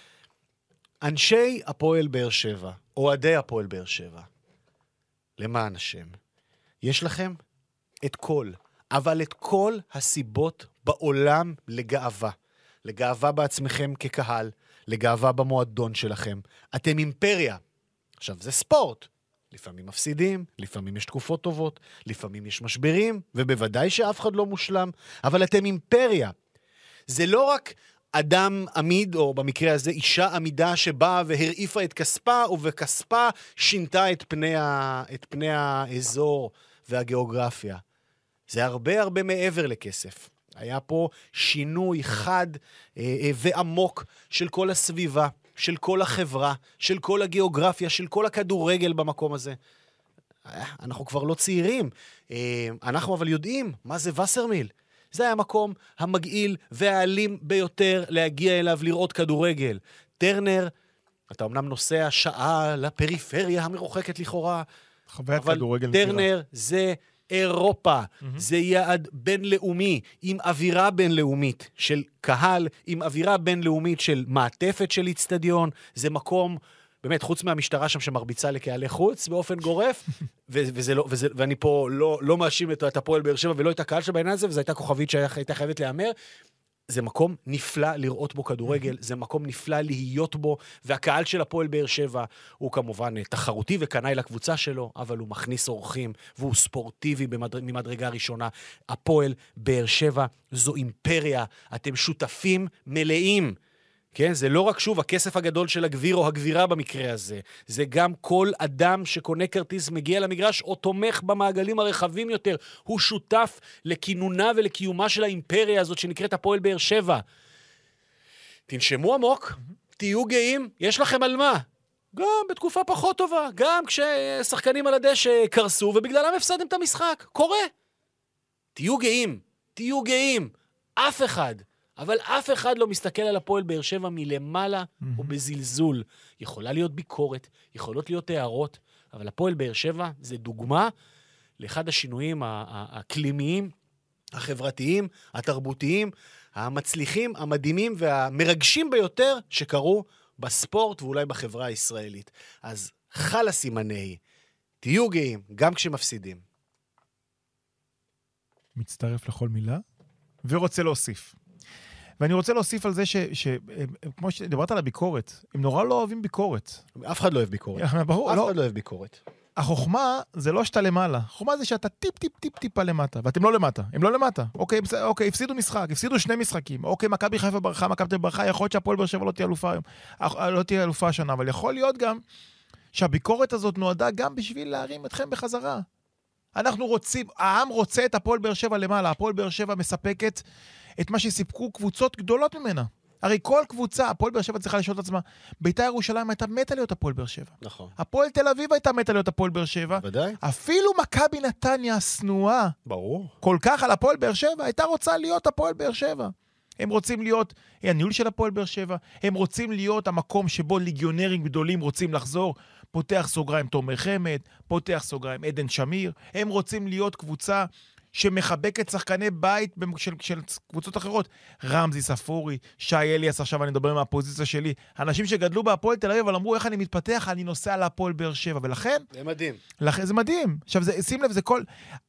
אנשי הפועל באר שבע, אוהדי הפועל באר שבע, למען השם, יש לכם את אבל את כל הסיבות בעולם לגאווה. לגאווה בעצמכם כקהל, לגאווה במועדון שלכם. אתם אימפריה. עכשיו, זה ספורט. לפעמים מפסידים, לפעמים יש תקופות טובות, לפעמים יש משברים, ובוודאי שאף אחד לא מושלם, אבל אתם אימפריה. זה לא רק אדם עמיד, או במקרה הזה אישה עמידה שבאה והרעיפה את כספה, ובכספה שינתה את פני האזור והגיאוגרפיה. זה הרבה הרבה מעבר לכסף. היה פה שינוי חד ועמוק של כל הסביבה, של כל החברה, של כל הגיאוגרפיה, של כל הכדורגל במקום הזה. אנחנו כבר לא צעירים. אנחנו אבל יודעים מה זה וסרמיל. זה היה המקום המגעיל והאלים ביותר להגיע אליו לראות כדורגל. טרנר, אתה אמנם נוסע שעה לפריפריה המרוחקת לכאורה, אבל טרנר זה אירופה, זה יעד בינלאומי, עם אווירה בינלאומית של קהל, עם אווירה בינלאומית של מעטפת של אצטדיון, זה מקום באמת, חוץ מהמשטרה שם שמרביצה לקהלי חוץ באופן גורף, ואני פה לא מאשים את הפועל באר שבע ולא את הקהל שבעניין הזה, וזו הייתה כוכבית שהייתה חייבת להיאמר. זה מקום נפלא לראות בו כדורגל, זה מקום נפלא להיות בו, והקהל של הפועל באר שבע הוא כמובן תחרותי וקנאי לקבוצה שלו, אבל הוא מכניס אורחים, והוא ספורטיבי ממדרגה ראשונה. הפועל באר שבע זו אימפריה, אתם שותפים מלאים. כן? זה לא רק שוב הכסף הגדול של הגביר או הגבירה במקרה הזה, זה גם כל אדם שקונה כרטיס מגיע למגרש או תומך במעגלים הרחבים יותר, הוא שותף לכינונה ולקיומה של האימפריה הזאת שנקראת הפועל באר שבע. תנשמו עמוק, תהיו גאים, יש לכם על מה. גם בתקופה פחות טובה, גם כששחקנים על הדשא קרסו ובגללם הפסדם את המשחק, קורה. תהיו גאים, תהיו גאים, אף אחד. אבל אף אחד לא מסתכל על הפועל באר שבע מלמעלה או בזלזול. יכולה להיות ביקורת, יכולות להיות הערות, אבל הפועל באר שבע זה דוגמה לאחד השינויים האקלימיים, החברתיים, התרבותיים, המצליחים, המדהימים והמרגשים ביותר שקרו בספורט ואולי בחברה הישראלית. אז חלה סימני, תהיו גאים, גם כשמפסידים. מצטרף לכל מילה, ורוצה להוסיף. ואני רוצה להוסיף על זה כמו שדיברת על הביקורת, הם נורא לא אוהבים ביקורת. אף אחד לא אוהב ביקורת. ברור, אף אחד לא אוהב ביקורת. החוכמה זה לא שאתה למעלה. החוכמה זה שאתה טיפה למטה, ואתם לא למטה. הם לא למטה. אוקיי, הפסידו משחק, הפסידו 2 משחקים. אוקיי, מכבי חיפה ברחה, מכבי תל אביב ברחה, יכול להיות שהפועל באר שבע לא תהיה אלופה היום. לא תהיה אלופה השנה, אבל יכול להיות גם שהביקורת הזאת נועדה גם בשביל להרים אתכם בחזרה. אנחנו רוצים, העם רוצה את הפועל באר שבע למעלה. הפועל באר שבע מספקת את מה שסיפקו קבוצות גדולות ממנה. הרי כל קבוצה, הפועל באר שבע צריכה לשאול את עצמה, בית"ר ירושלים הייתה מתה להיות הפועל באר שבע. נכון. הפועל תל אביב הייתה מתה להיות הפועל באר שבע. ודאי. אפילו מכבי נתניה הסנועה. ברור. כל כך על הפועל באר שבע, הייתה רוצה להיות הפועל באר שבע. הם רוצים להיות הניהול של הפועל באר שבע, הם רוצים להיות המקום שבו ליגיונרים גדולים רוצים לחזור, פותח סוגריים תומר חמד, פותח סוגריים עדן שמיר, הם רוצים להיות קבוצה שמחבקת שחקני בית של קבוצות אחרות. רמזי ספורי, שי אליאס, עכשיו אני מדבר מהפוזיציה שלי, אנשים שגדלו בהפועל תל אביב, אבל אמרו איך אני מתפתח, אני נוסע להפועל באר שבע, ולכן... זה מדהים. זה מדהים. עכשיו, שים לב, זה כל...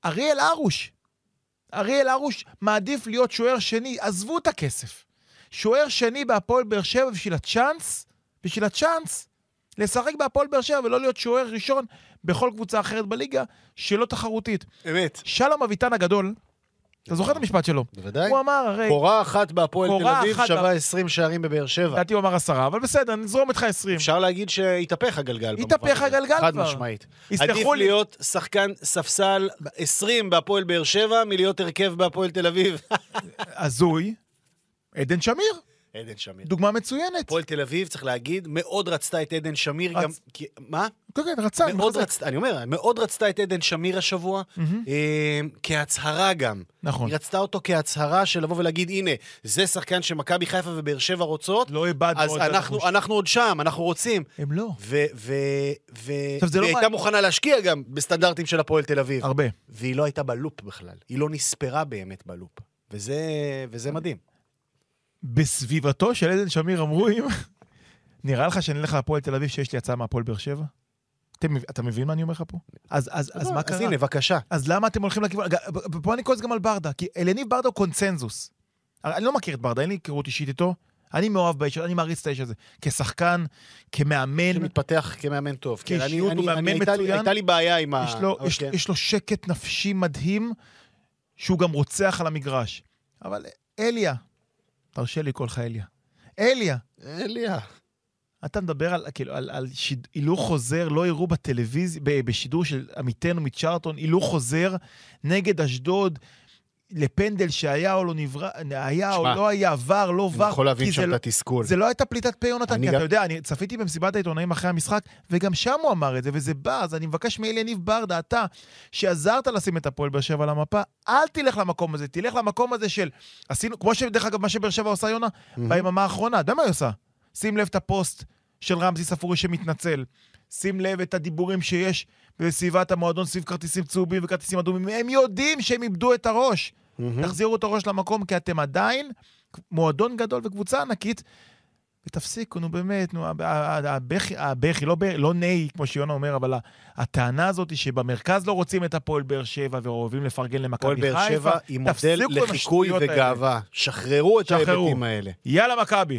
אריאל ארוש מעדיף להיות שוער שני, עזבו את הכסף. שוער שני בהפועל באר שבע בשביל הצ'אנס, לשחק בהפועל באר שבע ולא להיות שוער ראשון בכל קבוצה אחרת בליגה שלא תחרותית. אמת. שלום אביטן הגדול, אתה זוכר את המשפט שלו? בוודאי. הוא אמר, הרי... קורה אחת בהפועל תל אביב שווה 20 שערים בבאר שבע. לדעתי הוא אמר 10, אבל בסדר, נזרום איתך 20. אפשר להגיד שהתהפך הגלגל. התהפך הגלגל כבר. חד משמעית. עדיף להיות שחקן ספסל 20 בהפועל באר שבע, מלהיות הרכב בהפועל תל אביב. הזוי, עדן שמיר. עדן שמיר. דוגמה מצוינת. הפועל תל אביב, צריך להגיד, מאוד רצתה את עדן שמיר גם... מה? כן, רצה. אני אומר, מאוד רצתה את עדן שמיר השבוע, כהצהרה גם. נכון. היא רצתה אותו כהצהרה של לבוא ולהגיד, הנה, זה שחקן שמכבי חיפה ובאר שבע רוצות, לא איבדנו אז אנחנו עוד שם, אנחנו רוצים. הם לא. והיא הייתה מוכנה להשקיע גם בסטנדרטים של הפועל תל אביב. הרבה. והיא לא הייתה בלופ בכלל. היא לא נספרה באמת בלופ. וזה מדהים. בסביבתו של עדן שמיר אמרו, נראה לך שאני אלך להפועל תל אביב שיש לי הצעה מהפועל באר שבע? אתה מבין מה אני אומר לך פה? אז מה קרה? אז הנה, בבקשה. אז למה אתם הולכים לכיוון? פה אני קורא גם על ברדה, כי אלניב ברדה הוא קונצנזוס. אני לא מכיר את ברדה, אין לי היכרות אישית איתו, אני מאוהב באיש, אני מעריץ את האיש הזה. כשחקן, כמאמן. שמתפתח כמאמן טוב. כאישיות הוא מאמן מצוין. הייתה לי בעיה עם יש לו שקט נפשי מדהים, שהוא גם רוצח על המגרש. אבל אליה, תרשה לי קולך אליה. אליה. אתה מדבר על הילוך חוזר, לא יראו בטלוויזיה, בשידור של עמיתנו מצ'רטון, הילוך חוזר נגד אשדוד, לפנדל שהיה או לא נברא, היה או לא היה, עבר, לא עבר. אני יכול להבין שם את התסכול. זה לא הייתה פליטת פה יונתן, כי אתה יודע, אני צפיתי במסיבת העיתונאים אחרי המשחק, וגם שם הוא אמר את זה, וזה בא, אז אני מבקש מאליניב ברדה, אתה, שעזרת לשים את הפועל באר שבע על המפה, אל תלך למקום הזה, תלך למקום הזה של, עשינו, כמו שדרך אגב, מה שבאר שבע עושה יונה, ביממה האחרונה, אתה יודע מה היא עושה? שים לב את הפוסט של רמזי ספורי שמתנצל, שים לב את הדיבורים שיש בסביבת המועדון, סביב כרטיסים צהובים וכרטיסים אדומים, הם יודעים שהם איבדו את הראש. תחזירו את הראש למקום, כי אתם עדיין מועדון גדול וקבוצה ענקית, ותפסיקו, נו באמת, נו, הבכי, לא נאי, כמו שיונה אומר, אבל הטענה הזאת היא שבמרכז לא רוצים את הפועל באר שבע, ואוהבים לפרגן למכבי חיפה. הפועל באר שבע היא מודל לחיקוי וגאווה. שחררו את ההיבטים האלה. יאללה, מכבי.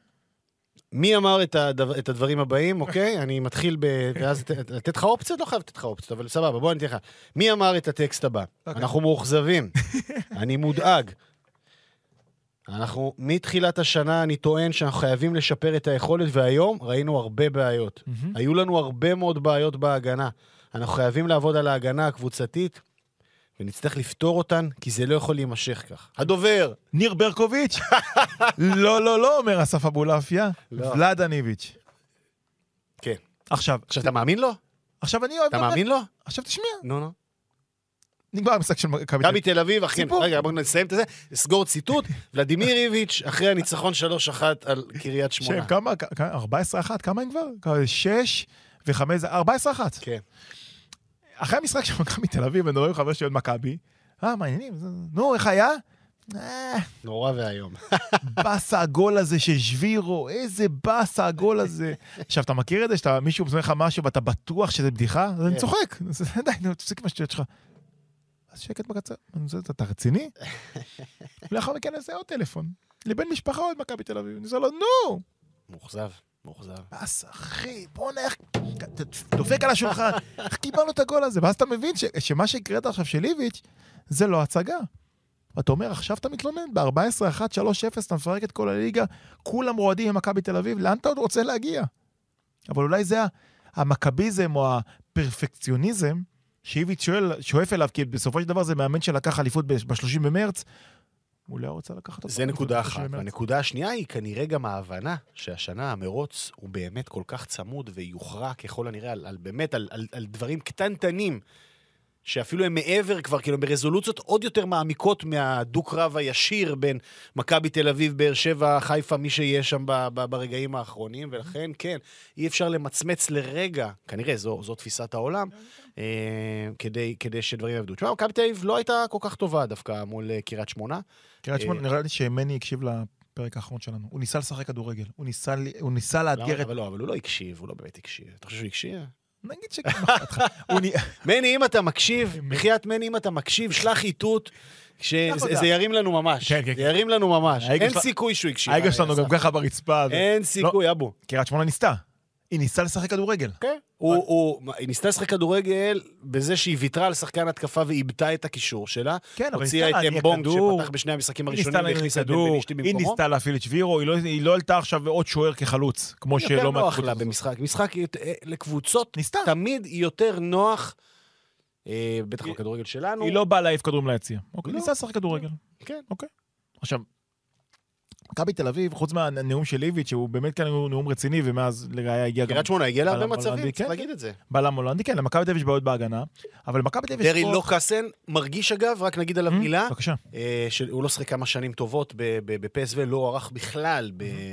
מי אמר את הדברים הבאים, אוקיי? אני מתחיל ואז לתת לך אופציות? לא חייב לתת לך אופציות, אבל סבבה, בוא נתן לך. מי אמר את הטקסט הבא? אנחנו מאוכזבים. אני מודאג. אנחנו, מתחילת השנה, אני טוען שאנחנו חייבים לשפר את היכולת, והיום ראינו הרבה בעיות. היו לנו הרבה מאוד בעיות בהגנה. אנחנו חייבים לעבוד על ההגנה הקבוצתית, ונצטרך לפתור אותן, כי זה לא יכול להימשך כך. הדובר! ניר ברקוביץ'? לא, אומר אסף אבולעפיה. ולד אניביץ'. כן. עכשיו, אתה מאמין לו? עכשיו אני אוהב... אתה מאמין לו? עכשיו תשמיע. נו. נגמר המשחק של מכבי תל אביב, אחי, רגע, בואו נסיים את זה, סגור ציטוט, ולדימיר איביץ', אחרי הניצחון 3-1 על קריית שמונה. כמה? 14-1, כמה הם כבר? 6 ו-5, 14-1. כן. אחרי המשחק של מכבי תל אביב, אני רואה חבר של מכבי, מעניינים, נו, איך היה? נורא והיום. בס העגול הזה של שבירו, איזה בס העגול הזה. עכשיו, אתה מכיר את זה, שאתה מישהו מסוים לך משהו, ואתה בטוח שזה בדיחה? אז אני צוחק. די, תפסיק מה שטויות שלך. אז שקט בקצר. אתה רציני? ולאחר מכן נעשה עוד טלפון. לבן משפחה עוד מכבי תל אביב. נעשה לו, נו! מוחזב. בס, אחי, בוא נלך. דופק על השולחן. איך קיבלנו את הגול הזה? ואז אתה מבין שמה שהקראת עכשיו של איביץ' זה לא הצגה. אתה אומר, עכשיו אתה מתלונן, ב-14-1, 3-0, אתה מפרק את כל הליגה, כולם רועדים עם מכבי תל אביב, לאן אתה עוד רוצה להגיע? אבל אולי זה המכביזם או הפרפקציוניזם, שאיביץ' שואף אליו, כי בסופו של דבר זה מאמן שלקח אליפות ב-30 במרץ, הוא לא רוצה לקחת אותו. זה נקודה אחת. והנקודה השנייה היא כנראה גם ההבנה שהשנה המרוץ הוא באמת כל כך צמוד ויוכרע ככל הנראה על דברים קטנטנים, שאפילו הם מעבר כבר, כאילו ברזולוציות עוד יותר מעמיקות מהדו-קרב הישיר בין מכבי תל אביב, באר שבע, חיפה, מי שיש שם ברגעים האחרונים, ולכן כן, אי אפשר למצמץ לרגע, כנראה זו תפיסת העולם, כדי שדברים יעבדו. תשמע, מכבי תל אביב לא הייתה כל כך טובה דווקא מול קריית שמונה. קריית שמונה, נראה לי שמני הקשיב לפרק האחרון שלנו. הוא ניסה לשחק כדורגל, הוא ניסה לאתגר את... אבל הוא לא הקשיב, הוא לא באמת הקשיב. אתה חושב שהוא הקשיב? נגיד שכן, מני, אם אתה מקשיב, מחיית מני, אם אתה מקשיב, שלח איתות, שזה ירים לנו ממש. זה ירים לנו ממש. אין סיכוי שהוא הקשיב. ההיגה שלנו גם ככה ברצפה. אין סיכוי, אבו. קריית שמונה ניסתה. היא ניסתה לשחק כדורגל. כן. היא ניסתה לשחק כדורגל בזה שהיא ויתרה על שחקן התקפה ואיבדה את הקישור שלה. כן, אבל הוציאה את אמבונג שפתח בשני המשחקים הראשונים והכניסה את בנישתי במקומו. היא ניסתה להפעיל את שבירו, היא לא עלתה עכשיו עוד שוער כחלוץ, כמו שלא... יותר נוח לה במשחק. משחק לקבוצות תמיד יותר נוח, בטח בכדורגל שלנו. היא לא באה להעיף כדורים ליציע. ניסתה לשחק כדורגל. כן. אוקיי. עכשיו, מכבי תל אביב, חוץ מהנאום של איביץ', שהוא באמת כאן נאום רציני, ומאז לראיה הגיע גם... קריית שמונה הגיע להרבה מצבים, צריך להגיד את זה. בלם הולנדי, כן, למכבי תל אביב יש בעיות בהגנה, אבל למכבי תל אביב... דרי לוקאסן מרגיש אגב, רק נגיד עליו מילה, בבקשה. הוא לא שחק כמה שנים טובות בפסו, לא ערך בכלל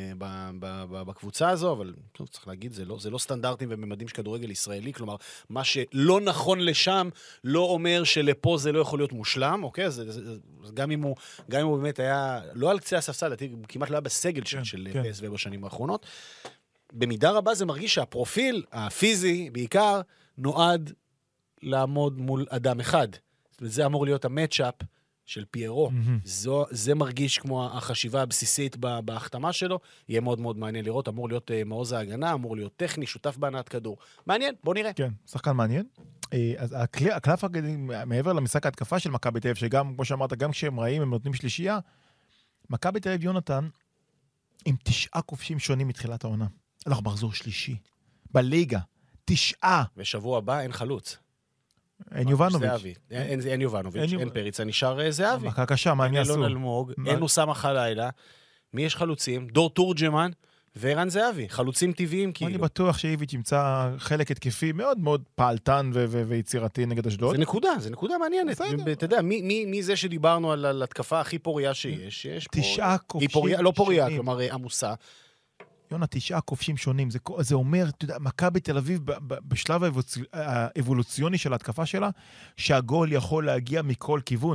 בקבוצה הזו, אבל צריך להגיד, זה לא סטנדרטים וממדים של כדורגל ישראלי, כלומר, מה שלא נכון לשם, לא אומר שלפה זה לא יכול להיות מושלם, אוקיי? גם אם הוא באמת היה, לא על קצה הספסל, כמעט לא היה בסגל של PSV בשנים האחרונות. במידה רבה זה מרגיש שהפרופיל הפיזי בעיקר נועד לעמוד מול אדם אחד. זה אמור להיות המאצ'אפ של פיירו. זה מרגיש כמו החשיבה הבסיסית בהחתמה שלו. יהיה מאוד מאוד מעניין לראות. אמור להיות מעוז ההגנה, אמור להיות טכני, שותף בהנעת כדור. מעניין, בוא נראה. כן, שחקן מעניין. אז הקלף מעבר למשחק ההתקפה של מכבי תל אביב, שגם, כמו שאמרת, גם כשהם רעים, הם נותנים שלישייה, מכבי תל אביב יונתן, עם 9 כובשים שונים מתחילת העונה. אנחנו מחזור שלישי. בליגה. 9. ושבוע הבא אין חלוץ. אין יובנוביץ'. אין יובנוביץ', אין פריצה, נשאר זהבי. מכה קשה, מה הם יעשו? אין אלמוג, אין אוסמה חלילה. מי יש חלוצים? דור תורג'מן וערן זהבי. חלוצים טבעיים כאילו. אני בטוח שאיביץ' ימצא חלק התקפי מאוד מאוד פעלתן ויצירתי נגד אשדוד. זה נקודה מעניינת. אתה יודע, מי זה שדיברנו על התקפה הכי פוריה שיש? 9 כובשים שונים. לא פוריה, כלומר עמוסה. יונה, 9 כובשים שונים. זה אומר, אתה יודע, מכבי תל אביב בשלב האבולוציוני של ההתקפה שלה, שהגול יכול להגיע מכל כיוון.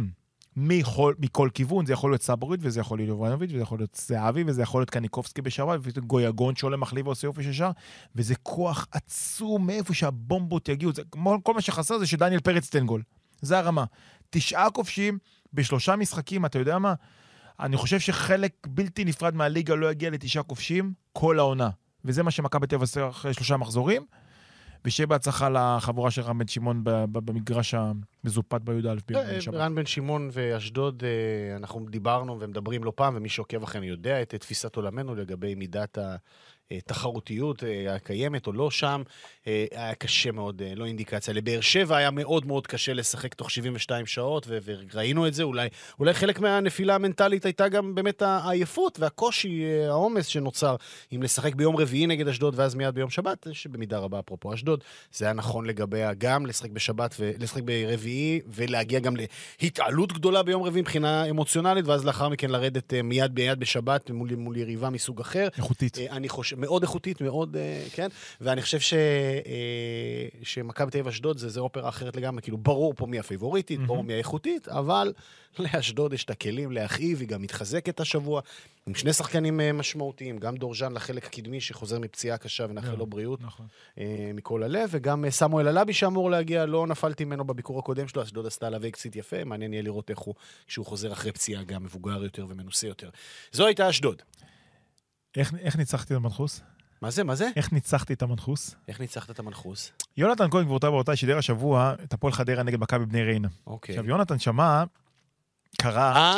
מכל כיוון, זה יכול להיות סברית, וזה יכול להיות יובנוביץ', וזה יכול להיות זהבי, וזה יכול להיות קניקובסקי בשבת, וזה גויגון שעולה מחליף ועושה יופי ששר, וזה כוח עצום מאיפה שהבומבות יגיעו. כל מה שחסר זה שדניאל פרץ תן גול. זה הרמה. 9 כובשים ב3 משחקים, אתה יודע מה? אני חושב שחלק בלתי נפרד מהליגה לא יגיע ל9 כובשים כל העונה. וזה מה שמכבי תל אביב אחרי 3 מחזורים. ושיהיה בהצלחה לחבורה של רן בן שמעון במגרש המזופת בי"א בשבת. רן בן שמעון ואשדוד, אנחנו דיברנו ומדברים לא פעם, ומי שעוקב לכם יודע את תפיסת עולמנו לגבי מידת התחרותיות הקיימת או לא שם, היה קשה מאוד, לא אינדיקציה. לבאר שבע היה מאוד מאוד קשה לשחק תוך 72 שעות, וראינו את זה, אולי חלק מהנפילה המנטלית הייתה גם באמת העייפות והקושי, העומס שנוצר, אם לשחק ביום רביעי נגד אשדוד ואז מיד ביום שבת, שבמידה רבה אפרופו אשדוד, זה היה נכון לגביה גם לשחק בשבת ולשחק ברביעי, ולהגיע גם להתעלות גדולה ביום רביעי מבחינה אמוציונלית, ואז לאחר מכן לרדת מיד ביד בשבת מול יריבה מסוג אחר. איכותית. אני חושב, מאוד איכותית, מאוד, כן, ואני חושב שמכבי תל אביב אשדוד זה אופרה אחרת לגמרי, כאילו ברור פה מי הפייבוריטית, ברור מי האיכותית, אבל לאשדוד יש את הכלים להכאיב, היא גם מתחזקת השבוע, עם 2 שחקנים משמעותיים, גם דורז'אן לחלק הקדמי שחוזר מפציעה קשה ונאחל לו בריאות מכל הלב, וגם סמואל אלאבי שאמור להגיע, לא נפלתי ממנו בביקור הקודם שלו, אשדוד עשתה עליו אקסיט יפה, מעניין יהיה לראות איך הוא, כשהוא חוזר אחרי פציעה גם מבוגר יותר ומנוסה יותר. זו הייתה אשדוד. איך ניצחתי את המנחוס? מה זה? איך ניצחתי את המנחוס? איך ניצחת את המנחוס? יונתן כהן גבירותיי שידר השבוע את הפועל חדרה נגד מכבי בני ריינה. אוקיי. עכשיו, יונתן שמע, קרא,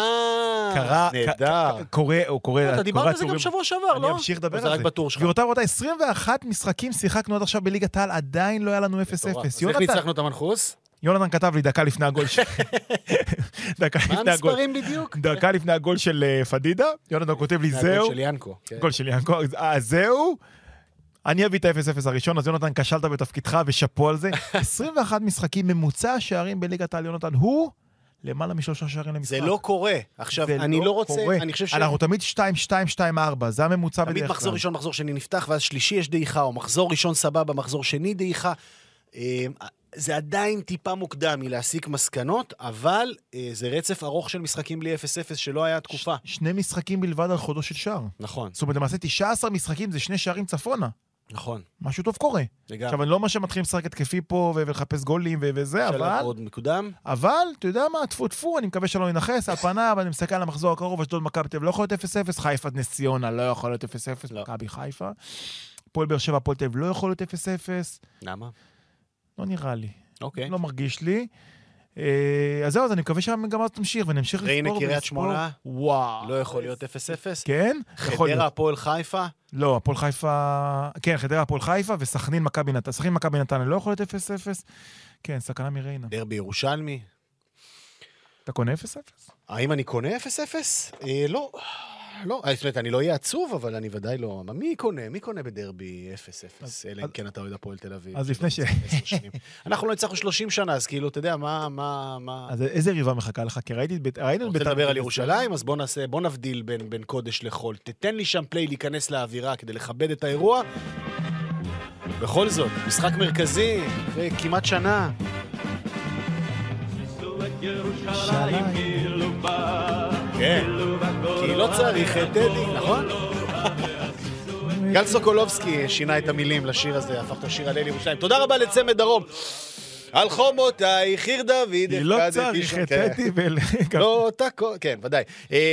נהדר. קורא, אתה דיברת על זה גם שבוע שעבר, לא? אני אמשיך לדבר על זה. זה. רק בטור שלך. גבירותיי, 21 משחקים שיחקנו עד עכשיו בליגת העל, עדיין לא היה לנו 0-0. אז איך ניצחנו את המנחוס? יונתן כתב לי דקה לפני הגול של... מה המספרים בדיוק? דקה לפני הגול של פדידה, יונתן כותב לי זהו. גול של ינקו. גול של ינקו, זהו. אני אביא את ה-0-0 הראשון, אז יונתן כשלת בתפקידך ושפו על זה. 21 משחקים, ממוצע השערים בליגת העל יונתן הוא למעלה מ3 שערים למשחק. זה לא קורה. עכשיו, אני לא רוצה, אני חושב אנחנו תמיד 2-2-2-4, זה הממוצע בדרך כלל. תמיד מחזור ראשון, מחזור שני נפתח, ואז שלישי יש דעיכה, או מחזור ראשון סבבה, מחזור שני דעיכה. זה עדיין טיפה מוקדם מלהסיק מסקנות, אבל זה רצף ארוך של משחקים בלי 0-0 שלא היה תקופה. 2 משחקים בלבד על חודו של שער. נכון. זאת אומרת, למעשה 19 משחקים זה 2 שערים צפונה. נכון. משהו טוב קורה. לגמרי. עכשיו, אני לא מה שמתחילים לשחק התקפי פה ולחפש גולים וזה, אבל... שלב עוד מקודם. אבל, אתה יודע מה, טפו, אני מקווה שלא ינחס, על פניו, אני מסתכל על המחזור הקרוב, אשדוד מכבי תל אביב לא יכול להיות 0-0, חיפה נס ציונה לא יכול להיות 0-0, מכבי חיפה. הפועל באר שבע, הפועל תל אביב לא יכול להיות 0-0. למה? לא נראה לי. אוקיי. לא מרגיש לי. אז זהו, אז אני מקווה שהמגמה הזאת תמשיך, ונמשיך לספור. ריינה קריית שמונה? וואו. לא יכול להיות 0-0? כן? חדרה הפועל חיפה? לא, הפועל חיפה... כן, חדרה הפועל חיפה, וסכנין מכבי נתניה. סכנין מכבי נתניה לא יכול להיות 0-0. כן, סכנה מריינה. דרבי ירושלמי? אתה קונה 0-0? האם אני קונה 0-0? לא. לא, זאת אומרת, אני לא אהיה עצוב, אבל אני ודאי לא... מי קונה בדרבי 0-0? אלא אם כן אתה אוהד הפועל תל אביב. אז לפני אנחנו לא הצלחנו 30 שנה, אז כאילו, אתה יודע, מה... אז איזה ריבה מחכה לך? כי ראיתי... רוצה לדבר על ירושלים, אז בוא נבדיל בין קודש לחול. תתן לי שם פליי להיכנס לאווירה כדי לכבד את האירוע. בכל זאת, משחק מרכזי, וכמעט שנה. כן, כי לא צריך את טדי, נכון? גל סוקולובסקי שינה את המילים לשיר הזה, הפך את השיר על אל ירושלים. תודה רבה לצמד דרום. על חומותיי, חיר דוד, לא צריך את טדי לא, כן, ודאי.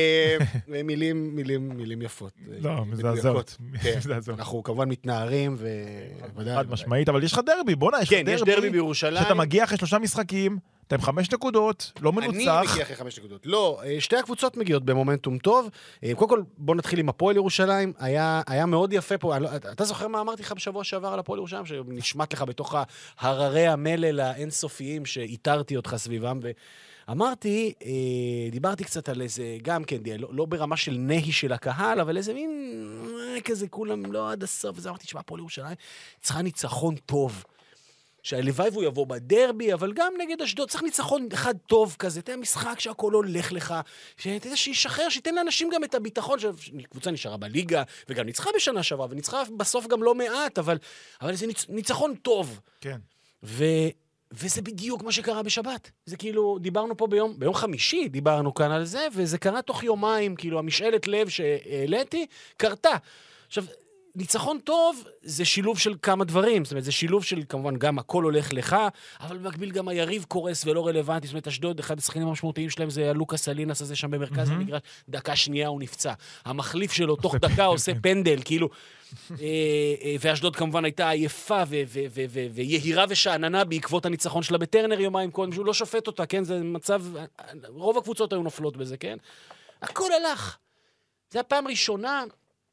מילים יפות. לא, מזעזעות. אנחנו כמובן מתנערים, חד משמעית, אבל יש לך דרבי, בוא נע, כן, יש דרבי בירושלים. שאתה מגיע אחרי 3 משחקים, אתה עם 5 נקודות, לא מנוצח. אני מגיע אחרי 5 נקודות. לא, 2 הקבוצות מגיעות במומנטום טוב. קודם כל, בוא נתחיל עם הפועל ירושלים. היה מאוד יפה פה. אתה זוכר מה אמרתי לך בשבוע שעבר על הפועל ירושלים? שנשמט לך בתוך הררי המלל האינסופיים שאיתרתי אותך סביבם. ואמרתי, דיברתי קצת על איזה, גם כן, לא ברמה של נהי של הקהל, אבל איזה מין כזה כולם לא עד הסוף. וזה אמרתי, שמה, הפועל ירושלים צריכה ניצחון טוב. שהלוואי והוא יבוא בדרבי, אבל גם נגד אשדוד, צריך ניצחון אחד טוב כזה, תהיה משחק שהכל הולך לך, שישחרר, שייתן לאנשים גם את הביטחון, שקבוצה נשארה בליגה, וגם ניצחה בשנה שעברה, וניצחה בסוף גם לא מעט, אבל זה ניצחון טוב. כן. וזה בדיוק מה שקרה בשבת. זה כאילו, דיברנו פה ביום חמישי, דיברנו כאן על זה, וזה קרה תוך יומיים, כאילו, המשאלת לב שהעליתי, קרתה. עכשיו, ניצחון טוב זה שילוב של כמה דברים, זאת אומרת, זה שילוב של, כמובן, גם הכל הולך לך, אבל במקביל גם היריב קורס ולא רלוונטי, זאת אומרת, אשדוד, אחד השחקנים המשמעותיים שלהם זה לוקאס סלינס הזה שם במרכז המגרש, דקה שנייה הוא נפצע. המחליף שלו תוך דקה עושה פנדל, כאילו, ואשדוד כמובן הייתה עייפה ויהירה ושעננה בעקבות הניצחון שלה בטרנר יומיים קודם, שהוא לא שופט אותה, כן? זה מצב, רוב הקבוצות היו נופלות בזה, כן? הכל הלך. זה הפעם ראשונה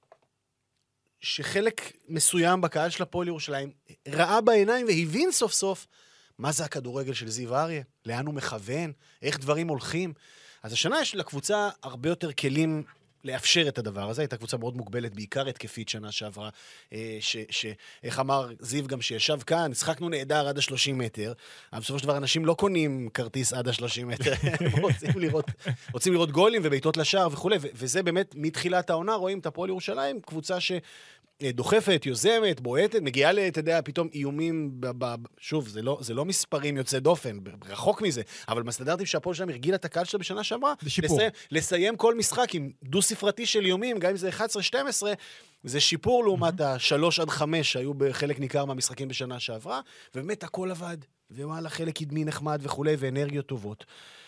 שחלק מסוים בקהל של הפועל ירושלים ראה בעיניים והבין סוף סוף מה זה הכדורגל של זיו אריה, לאן הוא מכוון, איך דברים הולכים. אז השנה יש לקבוצה הרבה יותר כלים לאפשר את הדבר הזה. הייתה קבוצה מאוד מוגבלת, בעיקר התקפית שנה שעברה, איך אמר זיו גם שישב כאן, שחקנו נהדר עד ה-30 מטר, אבל בסופו של דבר אנשים לא קונים כרטיס עד ה-30 מטר, הם רוצים לראות גולים וביתות לשער וכו', וזה באמת מתחילת העונה, רואים את הפועל ירושלים, קבוצה דוחפת, יוזמת, בועטת, מגיעה אתה יודע, פתאום איומים, שוב, זה לא מספרים יוצא דופן, רחוק מזה, אבל מסתדרתי שהפועל שלהם הרגילה את הקהל שלה בשנה שעברה, לסיים כל משחק עם דו-ספרתי של איומים, גם אם זה 11-12, זה שיפור לעומת ה-3-5 שהיו בחלק ניכר מהמשחקים בשנה שעברה, ובאמת הכל עבד, וואלה, חלק קדמי נחמד וכולי, ואנרגיות טובות.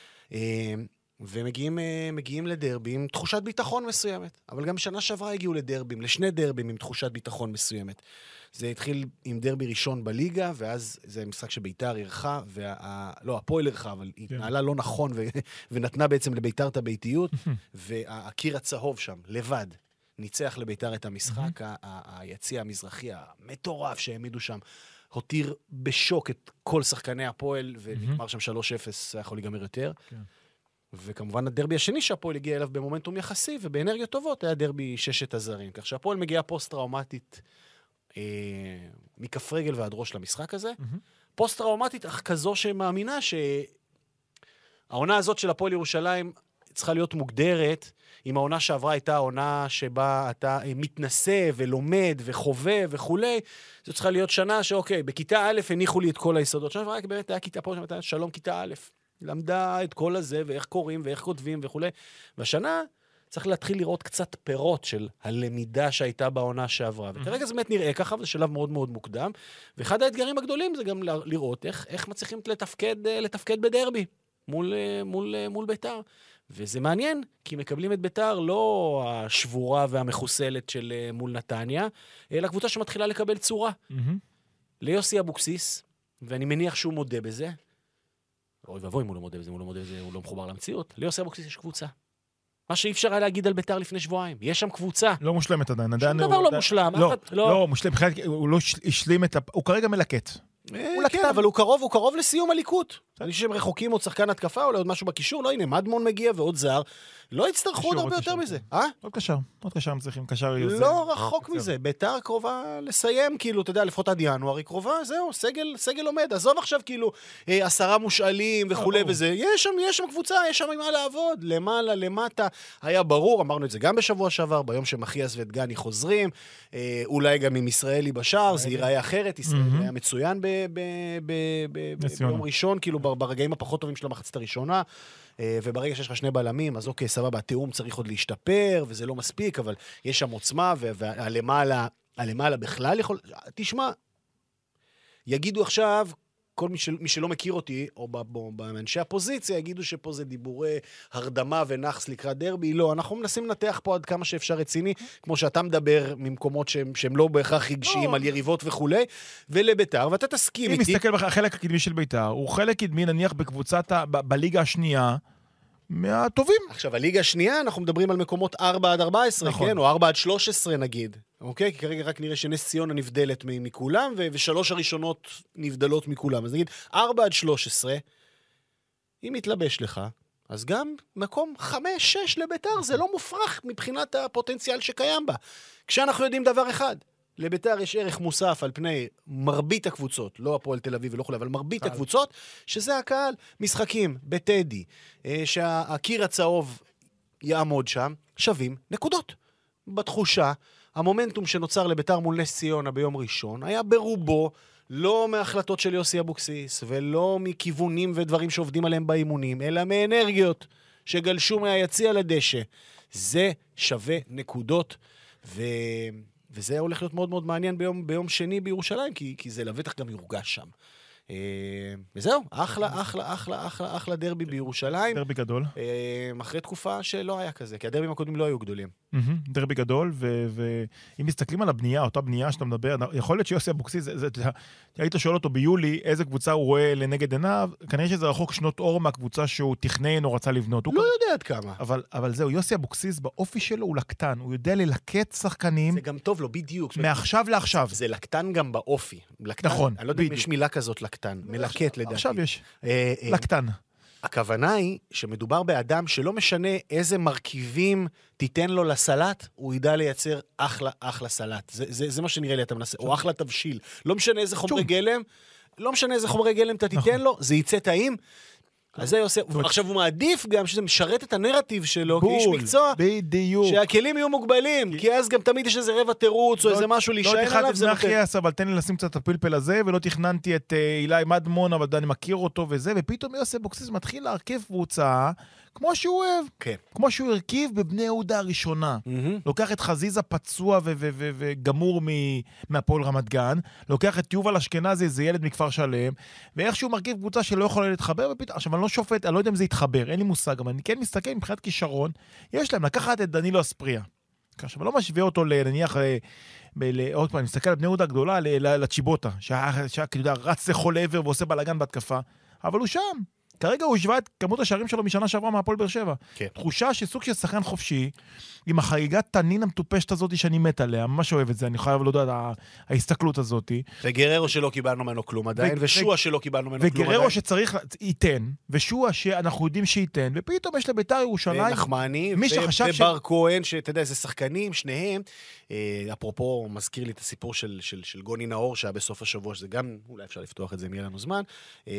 ומגיעים לדרבי עם תחושת ביטחון מסוימת. אבל גם בשנה שעברה הגיעו לדרבים, לשני דרבים עם תחושת ביטחון מסוימת. זה התחיל עם דרבי ראשון בליגה, ואז זה משחק שביתר ערכה, לא, הפועל ערכה, אבל היא התנהלה לא נכון, ונתנה בעצם לביתר את הביתיות, והקיר הצהוב שם, לבד, ניצח לביתר את המשחק, היציע המזרחי המטורף שהעמידו שם, הותיר בשוק את כל שחקני הפועל, ונגמר שם 3-0, זה יכול להיגמר יותר. וכמובן הדרבי השני שהפועל הגיע אליו במומנטום יחסי, ובאנרגיות טובות היה דרבי 6 הזרים. כך שהפועל מגיעה פוסט-טראומטית מכף רגל ועד ראש למשחק הזה. פוסט-טראומטית, אך כזו שמאמינה שהעונה הזאת של הפועל ירושלים צריכה להיות מוגדרת, אם העונה שעברה הייתה העונה שבה אתה מתנסה ולומד וחווה וכולי, זו צריכה להיות שנה שאוקיי, בכיתה א' הניחו לי את כל היסודות. שנה רק באמת היה כיתה פה, הייתה שלום כיתה א'. למדה את כל הזה, ואיך קוראים, ואיך כותבים, וכו'. והשנה צריך להתחיל לראות קצת פירות של הלמידה שהייתה בעונה שעברה. וכרגע זה באמת נראה ככה, וזה שלב מאוד מאוד מוקדם. ואחד האתגרים הגדולים זה גם לראות איך מצליחים לתפקד בדרבי, מול ביתר. וזה מעניין, כי מקבלים את ביתר לא השבורה והמחוסלת של מול נתניה, אלא קבוצה שמתחילה לקבל צורה. ליוסי אבוקסיס, ואני מניח שהוא מודה בזה, אוי ואבוי, אם הוא לא מודה בזה, הוא לא מחובר למציאות. ליוסי אבוקסיס יש קבוצה. מה שאי אפשר היה להגיד על ביתר לפני שבועיים. יש שם קבוצה. לא מושלמת עדיין. שום דבר לא מושלם. לא, מושלם. הוא לא השלים את הוא כרגע מלקט. כן, אבל הוא קרוב לסיום הליקוט. אני חושב שהם רחוקים עוד שחקן התקפה, או לעוד משהו בקישור. לא, הנה, מדמון מגיע ועוד זר. לא יצטרכו עוד הרבה יותר מזה. עוד קשר הם צריכים, קשר יוזם. לא רחוק מזה. ביתר קרובה לסיים, כאילו, אתה יודע, לפחות עד ינואר היא קרובה, זהו, סגל עומד. עזוב עכשיו, כאילו, 10 מושאלים וכו' וזה. יש שם קבוצה, יש שם מה לעבוד. למעלה, למטה. היה ברור, אמרנו את זה גם בשבוע שעבר, ביום שמחיאס ודגני חוזרים, אולי גם עם ישראלי בשער, זה ייראה אחרת. ישראלי היה מצוין ביום ראשון, כאילו, ברגעים הפחות טובים של המחצית הראשונה. וברגע שיש לך 2 בלמים, אז אוקיי, סבבה, התיאום צריך עוד להשתפר, וזה לא מספיק, אבל יש שם עוצמה, והלמעלה בכלל יכול... תשמע, יגידו עכשיו, כל מי שלא מכיר אותי, או באנשי הפוזיציה, יגידו שפה זה דיבורי הרדמה ונחס לקראת דרבי. לא, אנחנו מנסים לנתח פה עד כמה שאפשר רציני, כמו שאתה מדבר ממקומות שהם לא בהכרח רגשיים על יריבות וכו', ולביתר, ואתה תסכים איתי. אם מסתכל בחלק הקדמי של ביתר, הוא חלק קדמי נניח בקבוצת, בליגה השנייה, מהטובים. עכשיו, הליגה השנייה, אנחנו מדברים על מקומות 4-14, נכון. כן? או 4-13 נגיד. אוקיי? כי כרגע רק נראה שנס ציונה נבדלת מכולם, ושלוש הראשונות נבדלות מכולם. אז נגיד, 4-13, אם מתלבש לך, אז גם מקום 5-6 לביתר, זה לא מופרך מבחינת הפוטנציאל שקיים בה. כשאנחנו יודעים דבר אחד, לביתר יש ערך מוסף על פני מרבית הקבוצות, לא הפועל תל אביב ולא כולה, אבל מרבית הקבוצות, שזה הקהל, משחקים בטדי, שהקיר הצהוב יעמוד שם, שווים נקודות. בתחושה, המומנטום שנוצר לביתר מול נס ציונה ביום ראשון, היה ברובו לא מההחלטות של יוסי אבוקסיס, ולא מכיוונים ודברים שעובדים עליהם באימונים, אלא מאנרגיות שגלשו מהיציע לדשא. זה שווה נקודות, וזה הולך להיות מאוד מאוד מעניין ביום שני בירושלים, כי זה לבטח גם יורגש שם. וזהו, אחלה דרבי בירושלים. דרבי גדול. אחרי תקופה שלא היה כזה, כי הדרבים הקודמים לא היו גדולים. דרבי גדול, ואם מסתכלים על הבנייה, אותה בנייה שאתה מדבר, יכול להיות שיוסי אבוקסיס, היית שואל אותו ביולי, איזה קבוצה הוא רואה לנגד עיניו, כנראה שזה רחוק שנות אור מהקבוצה שהוא תכנן או רצה לבנות. לא יודע עד כמה. אבל זהו, יוסי אבוקסיס באופי שלו הוא לקטן, הוא יודע ללקט שחקנים. זה גם טוב לו, בדיוק. מעכשיו לעכשיו. זה לקטן גם באופי. נכון. אני לא יודע אם יש מילה כזאת לקטן, מלקט לדעתי. עכשיו יש. לקטן. הכוונה היא שמדובר באדם שלא משנה איזה מרכיבים תיתן לו לסלט, הוא ידע לייצר אחלה סלט. זה מה שנראה לי אתה מנסה, או אחלה תבשיל. לא משנה איזה חומרי גלם, אתה תיתן לו, זה יצא טעים. אז זה יוסף, עכשיו הוא מעדיף גם שזה משרת את הנרטיב שלו כאיש מקצוע, שהכלים יהיו מוגבלים, כי אז גם תמיד יש איזה רבע תירוץ או איזה משהו להישען עליו. לא תכננתי את מחיאס, אבל תן לי לשים קצת את הפלפל הזה, ולא תכננתי את אילי מדמון, אבל אני מכיר אותו וזה, ופתאום יוסף אבוקסיס מתחיל להרכב קבוצה, כמו שהוא אוהב, כמו שהוא הרכיב בבני יהודה הראשונה. לוקח את חזיזה פצוע וגמור מהפועל רמת גן, לוקח את יובל אשכנזי, זה ילד מכפר שלם, ואיכשהו מרכיב קבוצה שלא יכולה להתחבר, עכשיו אני לא שופט, אני לא יודע אם זה יתחבר, אין לי מושג, אבל אני כן מסתכל מבחינת כישרון, יש להם לקחת את דנילו אספריה. עכשיו, לא משווה אותו לנניח, עוד פעם, אני מסתכל על בני יהודה הגדולה, לצ'יבוטה, שהיה רץ לכל עבר ועושה בלגן בהתקפה, אבל הוא שם. כרגע הוא השווה את כמות השערים שלו משנה שעברה מהפועל באר שבע. כן. תחושה שסוג של שחקן חופשי, עם החגיגת תנין המטופשת הזאת שאני מת עליה, ממש אוהב את זה, אני חייב לדעת ההסתכלות הזאת. וגררו שלא קיבלנו ממנו כלום עדיין, ושועה שלא קיבלנו ממנו כלום עדיין. וגררו שצריך ייתן, ושועה שאנחנו יודעים שייתן, ופתאום יש לביתר ירושלים. נחמני, ובר כהן, שאתה יודע, איזה שחקנים, שניהם. אפרופו, מזכיר לי את הסיפור של גוני נאור, שהיה בסוף השבוע, שזה גם, אולי אפשר לפתוח את זה אם יהיה לנו זמן.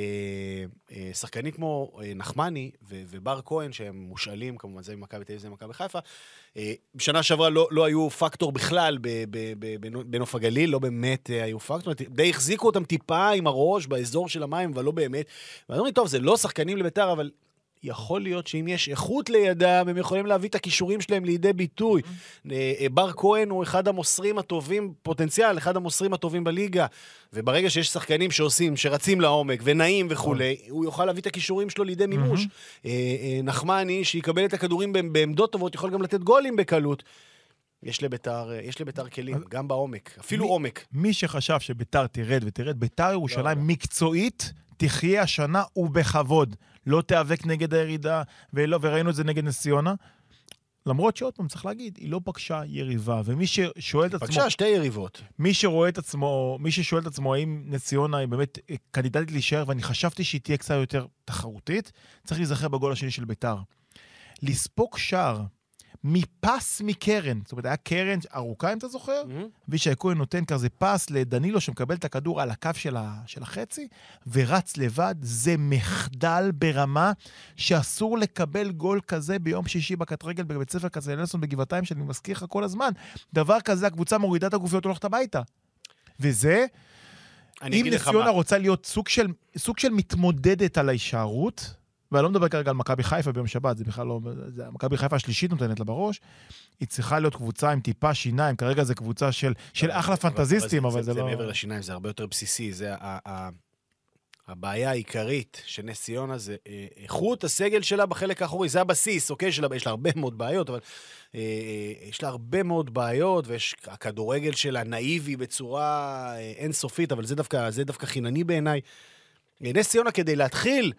שחקנים כמו נחמני ובר כהן, שהם מושאלים, כמובן זה ממכבי תל אביב, זה ממכבי חיפה, בשנה שעברה לא היו פקטור בכלל בנוף הגליל, לא באמת היו פקטור, די החזיקו אותם טיפה עם הראש באזור של המים, אבל לא באמת. ואני אומר, טוב, זה לא שחקנים לביתר, אבל יכול להיות שאם יש איכות לידם, הם יכולים להביא את הכישורים שלהם לידי ביטוי. בר כהן הוא אחד המוסרים הטובים, פוטנציאל, אחד המוסרים הטובים בליגה, וברגע שיש שחקנים שעושים, שרצים לעומק ונעים וכו', הוא יוכל להביא את הכישורים שלו לידי מימוש. נחמני, שיקבל את הכדורים בעמדות טובות, יכול גם לתת גולים בקלות. יש לביתר כלים, גם בעומק, אפילו עומק. מי שחשב שביתר תרד ותרד, ביתר ירושלים מקצועית, תחיה השנה ובכבוד. לא תיאבק נגד הירידה, וראינו את זה נגד נס ציונה. למרות שעוד פעם צריך להגיד, היא לא פגשה יריבה, ומי ששואל את עצמו... פגשה שתי יריבות. מי ששואל את עצמו, האם נס ציונה היא באמת קנדידטית להישאר, ואני חשבתי שהיא תהיה קצת יותר תחרותית, צריך להיזכר בגול השני של ביתר. לספוק שער, מפס מקרן, זאת אומרת, היה קרן ארוכה, אם אתה זוכר, וישי כהן נותן כזה פס לדנילו שמקבל את הכדור על הקו של החצי, ורץ לבד, זה מחדל ברמה שאסור לקבל גול כזה ביום שישי בקט רגל בבית ספר כזה לנסון בגבעתיים, שאני מזכיר לך כל הזמן. דבר כזה, הקבוצה מורידה את הגופיות הולכת הביתה. וזה, אם נסיונה רוצה להיות סוג של מתמודדת על ההישארות, ואני לא מדבר כרגע על מכבי חיפה ביום שבת, זה בכלל לא... מכבי חיפה השלישית נותנת לה בראש, היא צריכה להיות קבוצה עם טיפה שיניים, כרגע זה קבוצה של אחלה פנטזיסטים, אבל זה לא... זה מעבר לשיניים, זה הרבה יותר בסיסי, זה הבעיה העיקרית של נס ציונה, זה איכות הסגל שלה בחלק האחורי, זה הבסיס, אוקיי, יש לה הרבה מאוד בעיות, אבל יש לה הרבה מאוד בעיות, ויש הכדורגל שלה נאיבי בצורה אינסופית, אבל זה דווקא חינני בעיניי. נס ציונה כדי להתחיל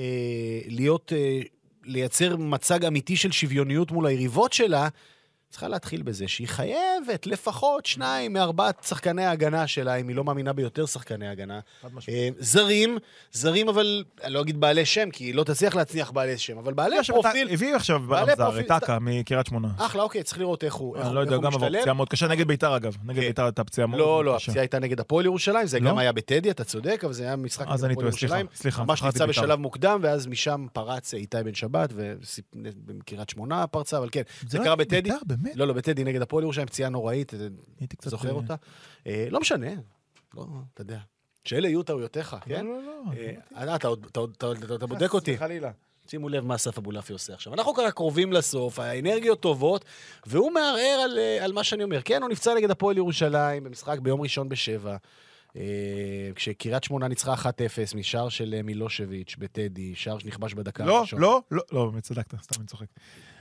לייצר מצג אמיתי של שוויוניות מול היריבות שלה, צריכה להתחיל בזה שהיא חייבת לפחות 2 מ4 שחקני ההגנה שלה, אם היא לא מאמינה ביותר שחקני ההגנה. זרים, אבל אני לא אגיד בעלי שם, כי היא לא תצליח להצניח בעלי שם, אבל בעלי פרופיל... הביאו עכשיו במזר, את טאקה מקריית שמונה. אחלה, אוקיי, צריך לראות איך הוא משתלם. אני לא יודע, גם הפציעה מאוד קשה נגד ביתר אגב. נגד ביתר הייתה פציעה מאוד קשה. לא, הפציעה הייתה נגד הפועל ירושלים, זה גם היה בטדי, אתה צודק, אבל זה היה משחק נגד הפועל ירושלים. ממש ניצה בשלב מוקדם, ואז משם פרץ איתי בן שבת, ובקריית שמונה פרצה, אבל כן, זה קרה בטדי. לא, בטדי נגד הפועל ירושלים, פציעה נוראית, זוכר אותה? לא משנה, לא, אתה יודע. שאלה יהיו טעויותיך, כן? לא. אתה בודק אותי. חלילה. שימו לב מה אסף אבולעפי עושה עכשיו. אנחנו ככה קרובים לסוף, האנרגיות טובות, והוא מערער על מה שאני אומר. כן, הוא נפצע נגד הפועל ירושלים במשחק ביום ראשון ב-7, כשקריית שמונה ניצחה 1-0 משער של מילושביץ' בטדי, שער שנכבש בדקה הראשונה. לא, צדקת, סתם אני צוחק.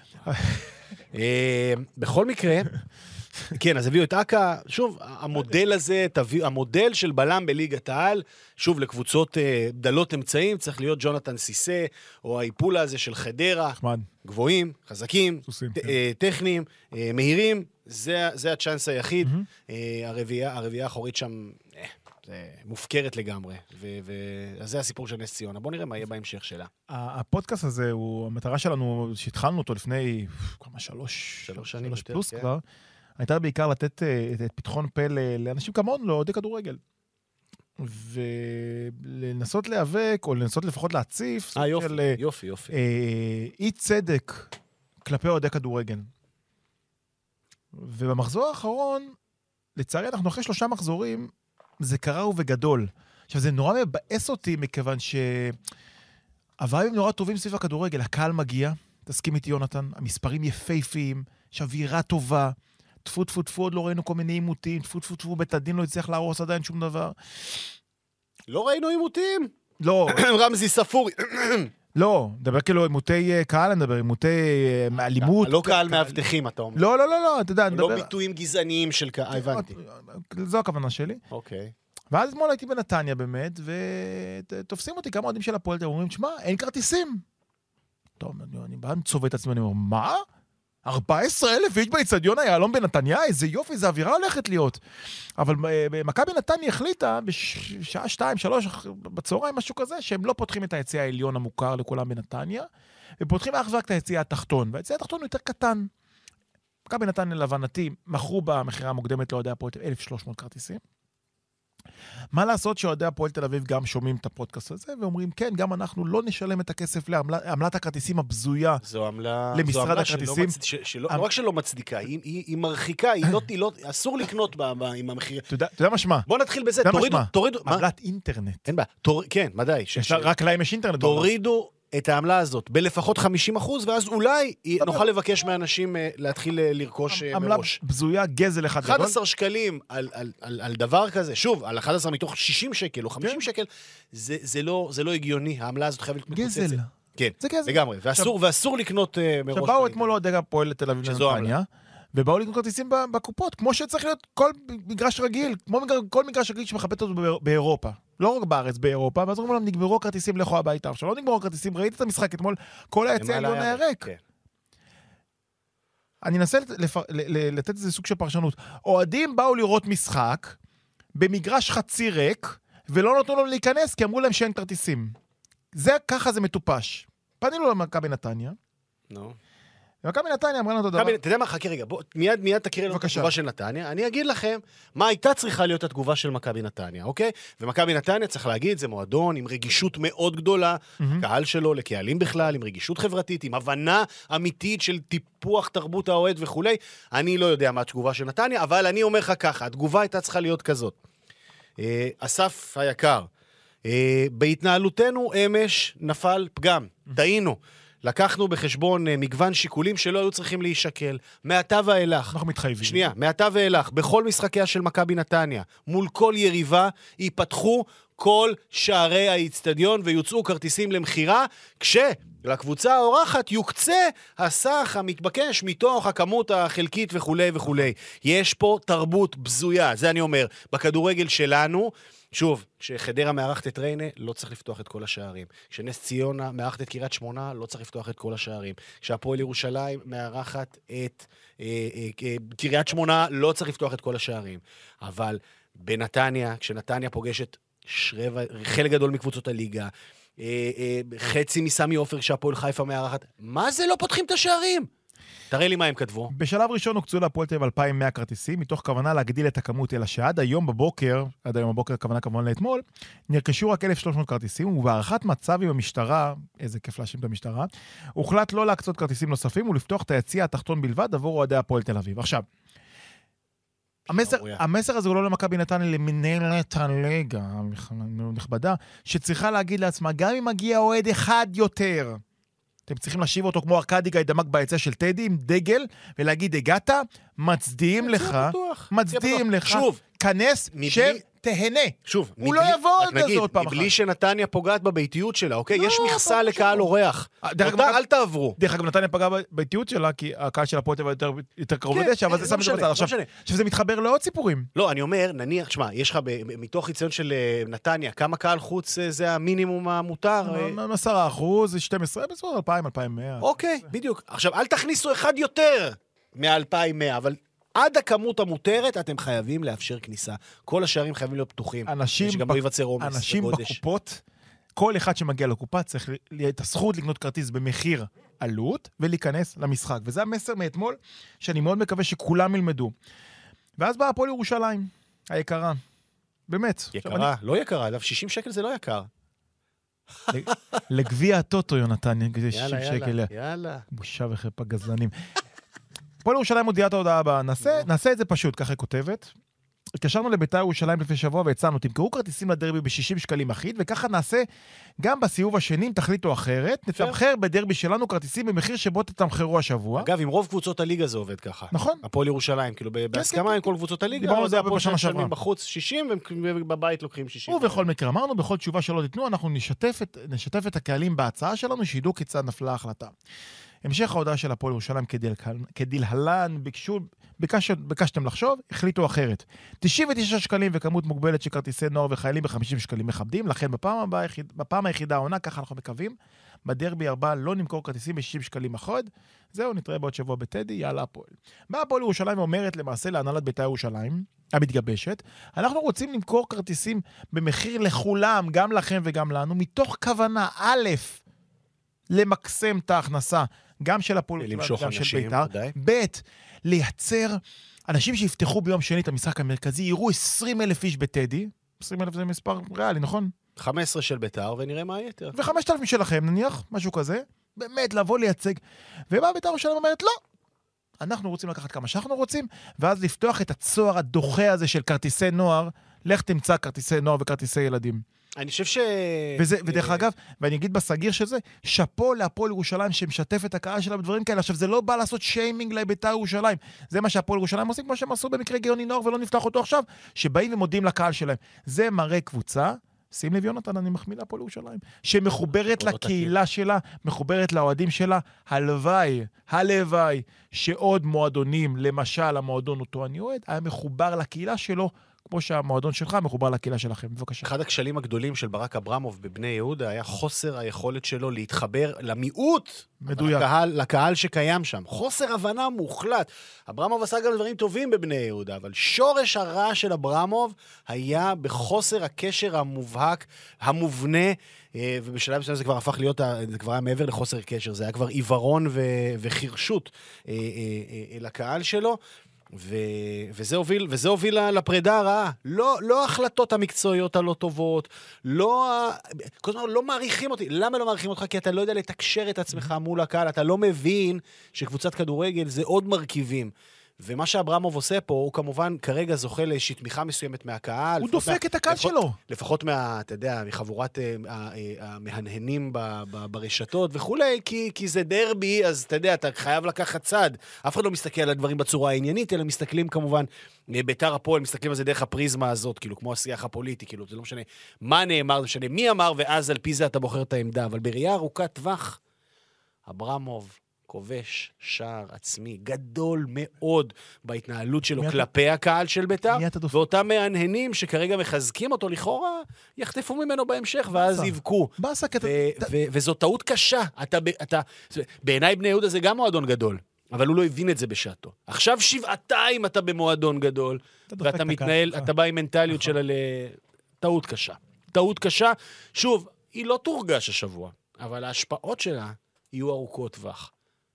בכל מקרה, כן, אז הביאו את אקה, שוב, המודל הזה, המודל של בלם בליגת העל, שוב, לקבוצות דלות אמצעים, צריך להיות ג'ונתן סיסה, או האיפולה הזה של חדרה, גבוהים, חזקים, טכניים, מהירים, זה הצ'אנס היחיד. הרביעייה האחורית שם זה מופקרת לגמרי, אז זה הסיפור של נס ציונה. בוא נראה מה יהיה בהמשך שלה. הפודקאסט הזה, המטרה שלנו, שהתחלנו אותו לפני כמה 3 שנים פלוס כבר, הייתה בעיקר לתת את פתחון פה לאנשים כמון, לאוהדי כדורגל. ולנסות להיאבק, או לנסות לפחות להציף, יופי. אי צדק כלפי אוהדי כדורגל. ובמחזור האחרון, לצערי אנחנו אחרי 3 מחזורים, זה קרה ובגדול. עכשיו, זה נורא מבאס אותי, מכיוון שהווייבים נורא טובים סביב הכדורגל. הקהל מגיע, תסכים איתי יונתן, המספרים יפהפיים, יש אווירה טובה, טפו, עוד לא ראינו כל מיני עימותים, טפו, בית הדין לא הצליח להרוס עדיין שום דבר. לא ראינו עימותים? לא. רמזי ספורי. לא, מדבר כאילו עימותי קהל, נדבר עימותי אלימות. לא קהל מאבטחים, אתה אומר. לא, אתה יודע, נדבר. לא ביטויים גזעניים של קהל, הבנתי. זו הכוונה שלי. אוקיי. ואז אתמול הייתי בנתניה באמת, ותופסים אותי כמה אוהדים של הפועל, אומרים, תשמע, אין כרטיסים. טוב, אני בא, צובע את עצמי, אני אומר, מה? 14,000 איש באצטדיון היהלום בנתניה, איזה יופי, איזה אווירה הולכת להיות. אבל מכבי נתניה החליטה בשעה 2-3 בצהריים, משהו כזה, שהם לא פותחים את היציע העליון המוכר לכולם בנתניה, ופותחים אך ורק את היציע התחתון, והיציע התחתון הוא יותר קטן. מכבי נתניה להבנתי, מכרו במחירה המוקדמת לאוהדי הפועל 1,300 כרטיסים. מה לעשות שאוהדי הפועל תל אביב גם שומעים את הפודקאסט הזה, ואומרים, כן, גם אנחנו לא נשלם את הכסף לעמלת הכרטיסים הבזויה למשרד הכרטיסים. לא רק שלא מצדיקה, היא מרחיקה, אסור לקנות עם המחיר. אתה יודע מה שמה? בוא נתחיל בזה, תורידו. עמלת אינטרנט. אין בה, כן, ודאי. רק להם יש אינטרנט. תורידו את העמלה הזאת בלפחות 50%, ואז אולי נוכל לבקש מאנשים להתחיל לרכוש מראש. עמלה בזויה, גזל אחד גדול. 11 שקלים על דבר כזה, שוב, על 11 מתוך 60 שקל או 50 שקל, זה לא הגיוני, העמלה הזאת חייבת להיות מקוצצת. גזל. כן, לגמרי, ואסור לקנות מראש. שבאו אתמול אוהדי הפועל לתל אביב לנתניה, ובאו לקנות כרטיסים בקופות, כמו שצריך להיות כל מגרש רגיל, כמו כל מגרש רגיל שמחבט אותו באירופה. לא רק בארץ, באירופה, ואז אומרים להם, נגמרו הכרטיסים לכו הביתה. עכשיו, לא נגמרו הכרטיסים, ראית את המשחק אתמול, כל היציע העליון היה ריק. אני אנסה לתת איזה סוג של פרשנות. אוהדים באו לראות משחק, במגרש חצי ריק, ולא נתנו לו להיכנס, כי אמרו להם שאין כרטיסים. ככה זה מטופש. פנינו למכבי נתניה. נו. ומכבי נתניה אמרה לנו את הדבר. אתה יודע מה, חכה רגע, מיד תקריא לנו את התגובה של נתניה, אני אגיד לכם מה הייתה צריכה להיות התגובה של מכבי נתניה, אוקיי? ומכבי נתניה, צריך להגיד, זה מועדון עם רגישות מאוד גדולה, קהל שלו, לקהלים בכלל, עם רגישות חברתית, עם הבנה אמיתית של טיפוח תרבות האוהד וכו'. אני לא יודע מה התגובה של נתניה, אבל אני אומר לך ככה, התגובה הייתה צריכה להיות כזאת. אסף היקר, בהתנהלותנו אמש נפל פגם, טעינו. לקחנו בחשבון מגוון שיקולים שלא היו צריכים להישקל. מעתה ואילך. אנחנו מתחייבים. שנייה, מעתה ואילך, בכל משחקיה של מכבי נתניה, מול כל יריבה, ייפתחו כל שערי האצטדיון ויוצאו כרטיסים למחירה, כשלקבוצה האורחת יוקצה הסך המתבקש מתוך הכמות החלקית וכו' וכו'. יש פה תרבות בזויה, זה אני אומר. בכדורגל שלנו, שוב, כשחדרה מארחת את ריינה, לא צריך לפתוח את כל השערים. כשנס ציונה מארחת את קריית שמונה, לא צריך לפתוח את כל השערים. כשהפועל ירושלים מארחת את קריית שמונה, לא צריך לפתוח את כל השערים. אבל בנתניה, כשנתניה פוגשת חלק גדול מקבוצות הליגה, חצי מסמי עופר כשהפועל חיפה מארחת, מה זה לא פותחים את השערים? תראה לי מה הם כתבו. בשלב ראשון הוקצו להפועל תל אביב 2,100 כרטיסים, מתוך כוונה להגדיל את הכמות, אלא שעד היום בבוקר, כוונה כמובן לאתמול, נרכשו רק 1,300 כרטיסים, ובהערכת מצב עם המשטרה, איזה כיף להאשים את המשטרה, הוחלט לא להקצות כרטיסים נוספים, ולפתוח את היציע התחתון בלבד עבור אוהדי הפועל תל אביב. עכשיו, המסר הזה הוא לא למכבי נתניה, למנהלת הליגה נכבדה, שצריכה להגיד לעצמה, גם אם מגיע אוהד אחד יותר, אתם צריכים להשיב אותו כמו ארקדי גיידמק ביציע של טדי, עם דגל, ולהגיד, הגעת, מצדיעים לך, שוב, כנס תהנה. שוב, הוא לא יבוא על זה עוד פעם אחת. מבלי שנתניה פוגעת בביתיות שלה, אוקיי? יש מכסה לקהל אורח. אותה אל תעברו. דרך אגב, נתניה פגעה בביתיות שלה, כי הקהל של הפועל תל אביב יותר קרוב לדשא, אבל זה שם את זה בצד. עכשיו, שזה מתחבר לעוד סיפורים. לא, אני אומר, נניח, תשמע, יש לך מתוך חיציון של נתניה, כמה קהל חוץ זה המינימום המותר? 10%, 12, בסביבות 2,000, 2,100. אוקיי, בדיוק. עכשיו, אל תכניסו אחד יותר מ-2,100, אבל עד הכמות המותרת, אתם חייבים לאפשר כניסה. כל השערים חייבים להיות פתוחים. שגם לא ייווצר עומס. אנשים בקופות, כל אחד שמגיע לקופה צריך את הזכות לקנות כרטיס במחיר עלות, ולהיכנס למשחק. וזה המסר מאתמול, שאני מאוד מקווה שכולם ילמדו. ואז באה הפועל ירושלים, היקרה. באמת. יקרה, לא יקרה, אגב, 60 שקל זה לא יקר. לגביע הטוטו, יונתן, 60 שקל. יאללה. בושה וחרפה גזלנים. הפועל ירושלים מודיעה את ההודעה הבאה. נעשה את זה פשוט, ככה היא כותבת. התקשרנו לבית"ר ירושלים לפני שבוע והצענו, תמכרו כרטיסים לדרבי ב-60 שקלים אחיד, וככה נעשה גם בסיבוב השני, אם תחליטו אחרת, נתמחר בדרבי שלנו כרטיסים במחיר שבו תתמחרו השבוע. אגב, עם רוב קבוצות הליגה זה עובד ככה. נכון. הפועל ירושלים, כאילו בהסכמה עם כל קבוצות הליגה, דיברנו על זה הפועל בשנה שעברה. בחוץ 60 ובבית לוקחים 60. ובכל מקרה, אמרנו, בכל תשובה שלא תיתנו, אנחנו נשתף את הקהלים בהצעה שלנו, שידעו כיצד נפלה ההחלטה. המשך ההודעה של הפועל ירושלים כדלהלן, ביקשתם לחשוב, החליטו אחרת. 99 שקלים וכמות מוגבלת של כרטיסי נוער וחיילים ב-50 שקלים מכבדים, לכן בפעם היחידה העונה, ככה אנחנו מקווים, בדרבי 4 לא נמכור כרטיסים ב-60 שקלים אחד, זהו, נתראה בעוד שבוע בטדי, יאללה הפועל. מה הפועל ירושלים אומרת למעשה להנהלת בית"ר ירושלים, המתגבשת, אנחנו רוצים למכור כרטיסים במחיר לכולם, גם לכם וגם לנו, מתוך כוונה, א', למקסם את ההכנסה, גם של הפועל וגם של בית"ר, ב', לייצר אנשים שיפתחו ביום שני את המשחק המרכזי, יראו 20,000 איש בטדי, 20,000 זה מספר ריאלי, נכון? 15 של בית"ר, ונראה מה היתר. ו5,000 שלכם, נניח, משהו כזה, באמת לבוא לייצג, ומה בית"ר ירושלים אומרת? לא. אנחנו רוצים לקחת כמה שאנחנו רוצים, ואז לפתוח את הצוהר הדוחה הזה של כרטיסי נוער, לך תמצא כרטיסי נוער וכרטיסי ילדים. אני חושב ודרך אגב, ואני אגיד בסגיר שזה, שפו להפועל ירושלים שמשתף את הקהל שלה בדברים כאלה. עכשיו, זה לא בא לעשות שיימינג לבית"ר ירושלים. זה מה שהפועל ירושלים עושים, כמו שהם עשו במקרה גאוני נוער, ולא נפתח אותו עכשיו, שבאים ומודים לקהל שלהם. זה מראה קבוצה, שים לב יונתן, אני מחמיא להפועל ירושלים, שמחוברת לקהילה שלה, מחוברת לאוהדים שלה. הלוואי, שעוד מועדונים, למשל המועדון אותו אני אוהד, היה מחובר לקהילה שלו, כמו שהמועדון שלך מחובר לקהילה שלכם. בבקשה. אחד הכשלים הגדולים של ברק אברמוב בבני יהודה היה חוסר היכולת שלו להתחבר למיעוט, לקהל שקיים שם. חוסר הבנה מוחלט. אברמוב עשה גם דברים טובים בבני יהודה, אבל שורש הרע של אברמוב היה בחוסר הקשר המובהק, המובנה, ובשלב מסוים זה כבר הפך להיות, זה כבר היה מעבר לחוסר קשר, זה היה כבר עיוורון וחירשות לקהל שלו. וזה הוביל לפרידה הרעה. לא החלטות המקצועיות הלא טובות, כל הזמן לא מעריכים אותי. למה לא מעריכים אותך? כי אתה לא יודע לתקשר את עצמך מול הקהל, אתה לא מבין שקבוצת כדורגל זה עוד מרכיבים. ומה שאברמוב עושה פה, הוא כמובן כרגע זוכה לאיזושהי תמיכה מסוימת מהקהל. הוא דופק את הקהל שלו. לפחות אתה יודע, מחבורת המהנהנים ברשתות וכולי, כי זה דרבי, אז אתה יודע, אתה חייב לקחת צד. אף אחד לא מסתכל על הדברים בצורה העניינית, אלא מסתכלים כמובן, בית"ר הפועל, מסתכלים על זה דרך הפריזמה הזאת, כאילו, כמו השיח הפוליטי, כאילו, זה לא משנה מה נאמר, זה משנה מי אמר, ואז על פי זה אתה בוחר את העמדה. אבל בראייה ארוכת טווח, אברמוב כובש שער עצמי גדול מאוד בהתנהלות שלו כלפי הקהל של בית"ר, ואותם מהנהנים שכרגע מחזקים אותו לכאורה, יחטפו ממנו בהמשך, ואז יבכו. וזו טעות קשה. בעיניי בני יהודה זה גם מועדון גדול, אבל הוא לא הבין את זה בשעתו. עכשיו שבעתיים אתה במועדון גדול, ואתה מתנהל, אתה בא עם מנטליות של טעות קשה. טעות קשה, שוב, היא לא תורגש השבוע, אבל ההשפעות שלה יהיו ארוכות טווח.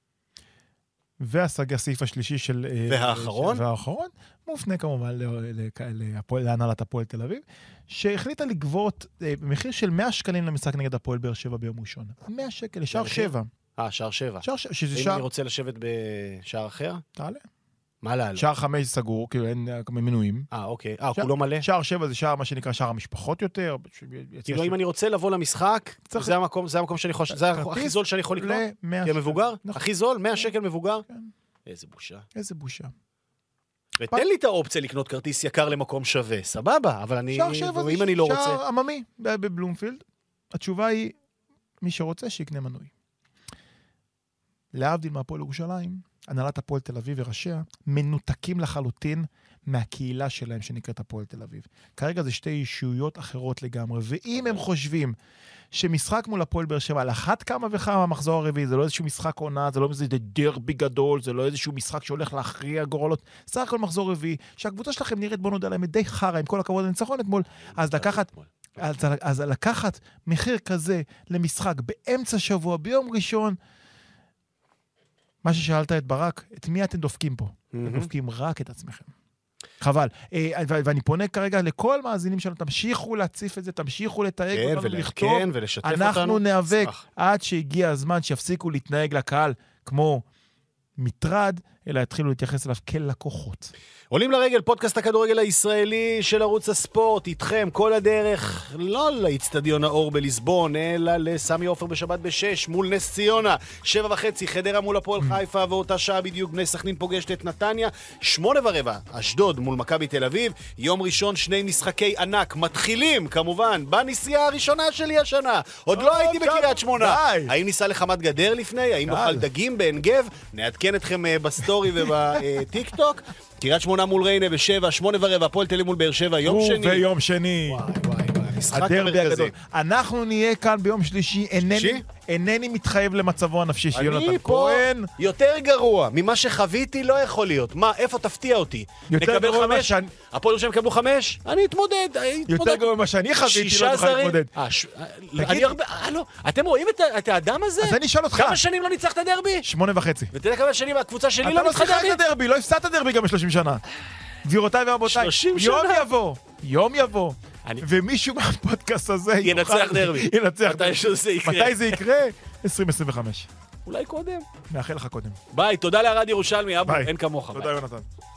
והסעיף השלישי של... והאחרון? והאחרון, מופנה כמובן להנהלת הפועל תל אביב, שהחליטה לגבות במחיר של 100 שקלים למשחק נגד הפועל באר שבע ביום ראשון. 100 שקל לשער 7. שער 7. אם אני רוצה לשבת בשער אחר? תעלה. מה לעלות? שער 5 סגור, כאילו אין מנויים. אוקיי. כולו מלא? שער 7 זה שער, מה שנקרא שער המשפחות יותר. כאילו, אם אני רוצה לבוא למשחק, זה המקום שאני חושב, זה הכי זול שאני יכול לקנות? כמבוגר? הכי זול? 100 שקל מבוגר? איזה בושה. איזה בושה. ותן לי את האופציה לקנות כרטיס יקר למקום שווה, סבבה, אבל אם אני לא רוצה... שער עממי בבלומפילד. התשובה היא, מי שרוצה שיקנה מנוי. להבדיל מהפועל ירושלים, הנהלת הפועל תל אביב וראשיה מנותקים לחלוטין מהקהילה שלהם שנקראת הפועל תל אביב. כרגע זה שתי אישויות אחרות לגמרי, ואם הם חושבים שמשחק מול הפועל באר שבע, על אחת כמה וכמה המחזור הרביעי, זה לא איזשהו משחק עונה, זה לא איזה דרבי גדול, זה לא איזשהו משחק שהולך להכריע גורלות, סך הכל מחזור רביעי, שהקבוצה שלכם נראית, בוא נודע להם, די חרה, עם כל הכבוד הניצחון אתמול, אז לקחת מחיר כזה למשחק באמצע שבוע, ביום ראשון, מה ששאלת את ברק, את מי אתם דופקים פה? אתם דופקים רק את עצמכם. חבל. ואני פונה כרגע לכל מאזינים שלנו, תמשיכו להציף את זה, תמשיכו לתייג אותנו, לכתוב. ולשתף אותנו. אנחנו נאבק עד שהגיע הזמן שיפסיקו להתנהג לקהל כמו מטרד, אלא יתחילו להתייחס אליו כלקוחות. עולים לרגל, פודקאסט הכדורגל הישראלי של ערוץ הספורט, איתכם כל הדרך, לא לאצטדיון האור בליסבון, אלא לסמי עופר בשבת ב-6, מול נס ציונה, 7:30, חדרה מול הפועל חיפה, ואותה שעה בדיוק בני סכנין פוגשת את נתניה, 8:15, אשדוד מול מכבי תל אביב, יום ראשון 2 משחקי ענק, מתחילים כמובן, בנסיעה הראשונה שלי השנה, עוד לא הייתי בקריית שמונה, האם ניסע לחמת גדר לפני, האם נאכל דגים בעין גב, נעדכן אתכם בסטורי ובטיק טוק, קריית שמונה מול ריינה ב-7, 8:15, הפועל תל אביב מול באר שבע, יום שני. ויום שני. וואי, משחק המרכזי. אנחנו נהיה כאן ביום שלישי, אינני מתחייב למצבו הנפשי של יונתן כהן. אני פה יותר גרוע ממה שחוויתי לא יכול להיות. מה, איפה תפתיע אותי? נקבל 5? הפועל ירושלים יקבלו 5? אני אתמודד. יותר גרוע ממה שאני חוויתי, לא נוכל להתמודד. אתם רואים את האדם הזה? אז אני אשאל אותך. כמה שנים לא ניצחת דרבי? 8.5. ותראה כמה שנים הקבוצה שלי לא ניצחה דרבי? אתה לא דרבי, לא הפסדת דרבי גם ב-30 שנה. גבירותיי ורבותיי, יום יבוא, ומישהו מהפודקאסט הזה ינצח דרבי. ינצח. מתי זה יקרה? 2025. אולי קודם. מאחל לך קודם. ביי, תודה לערד ירושלמי, אבו, אין כמוך. תודה יונתן.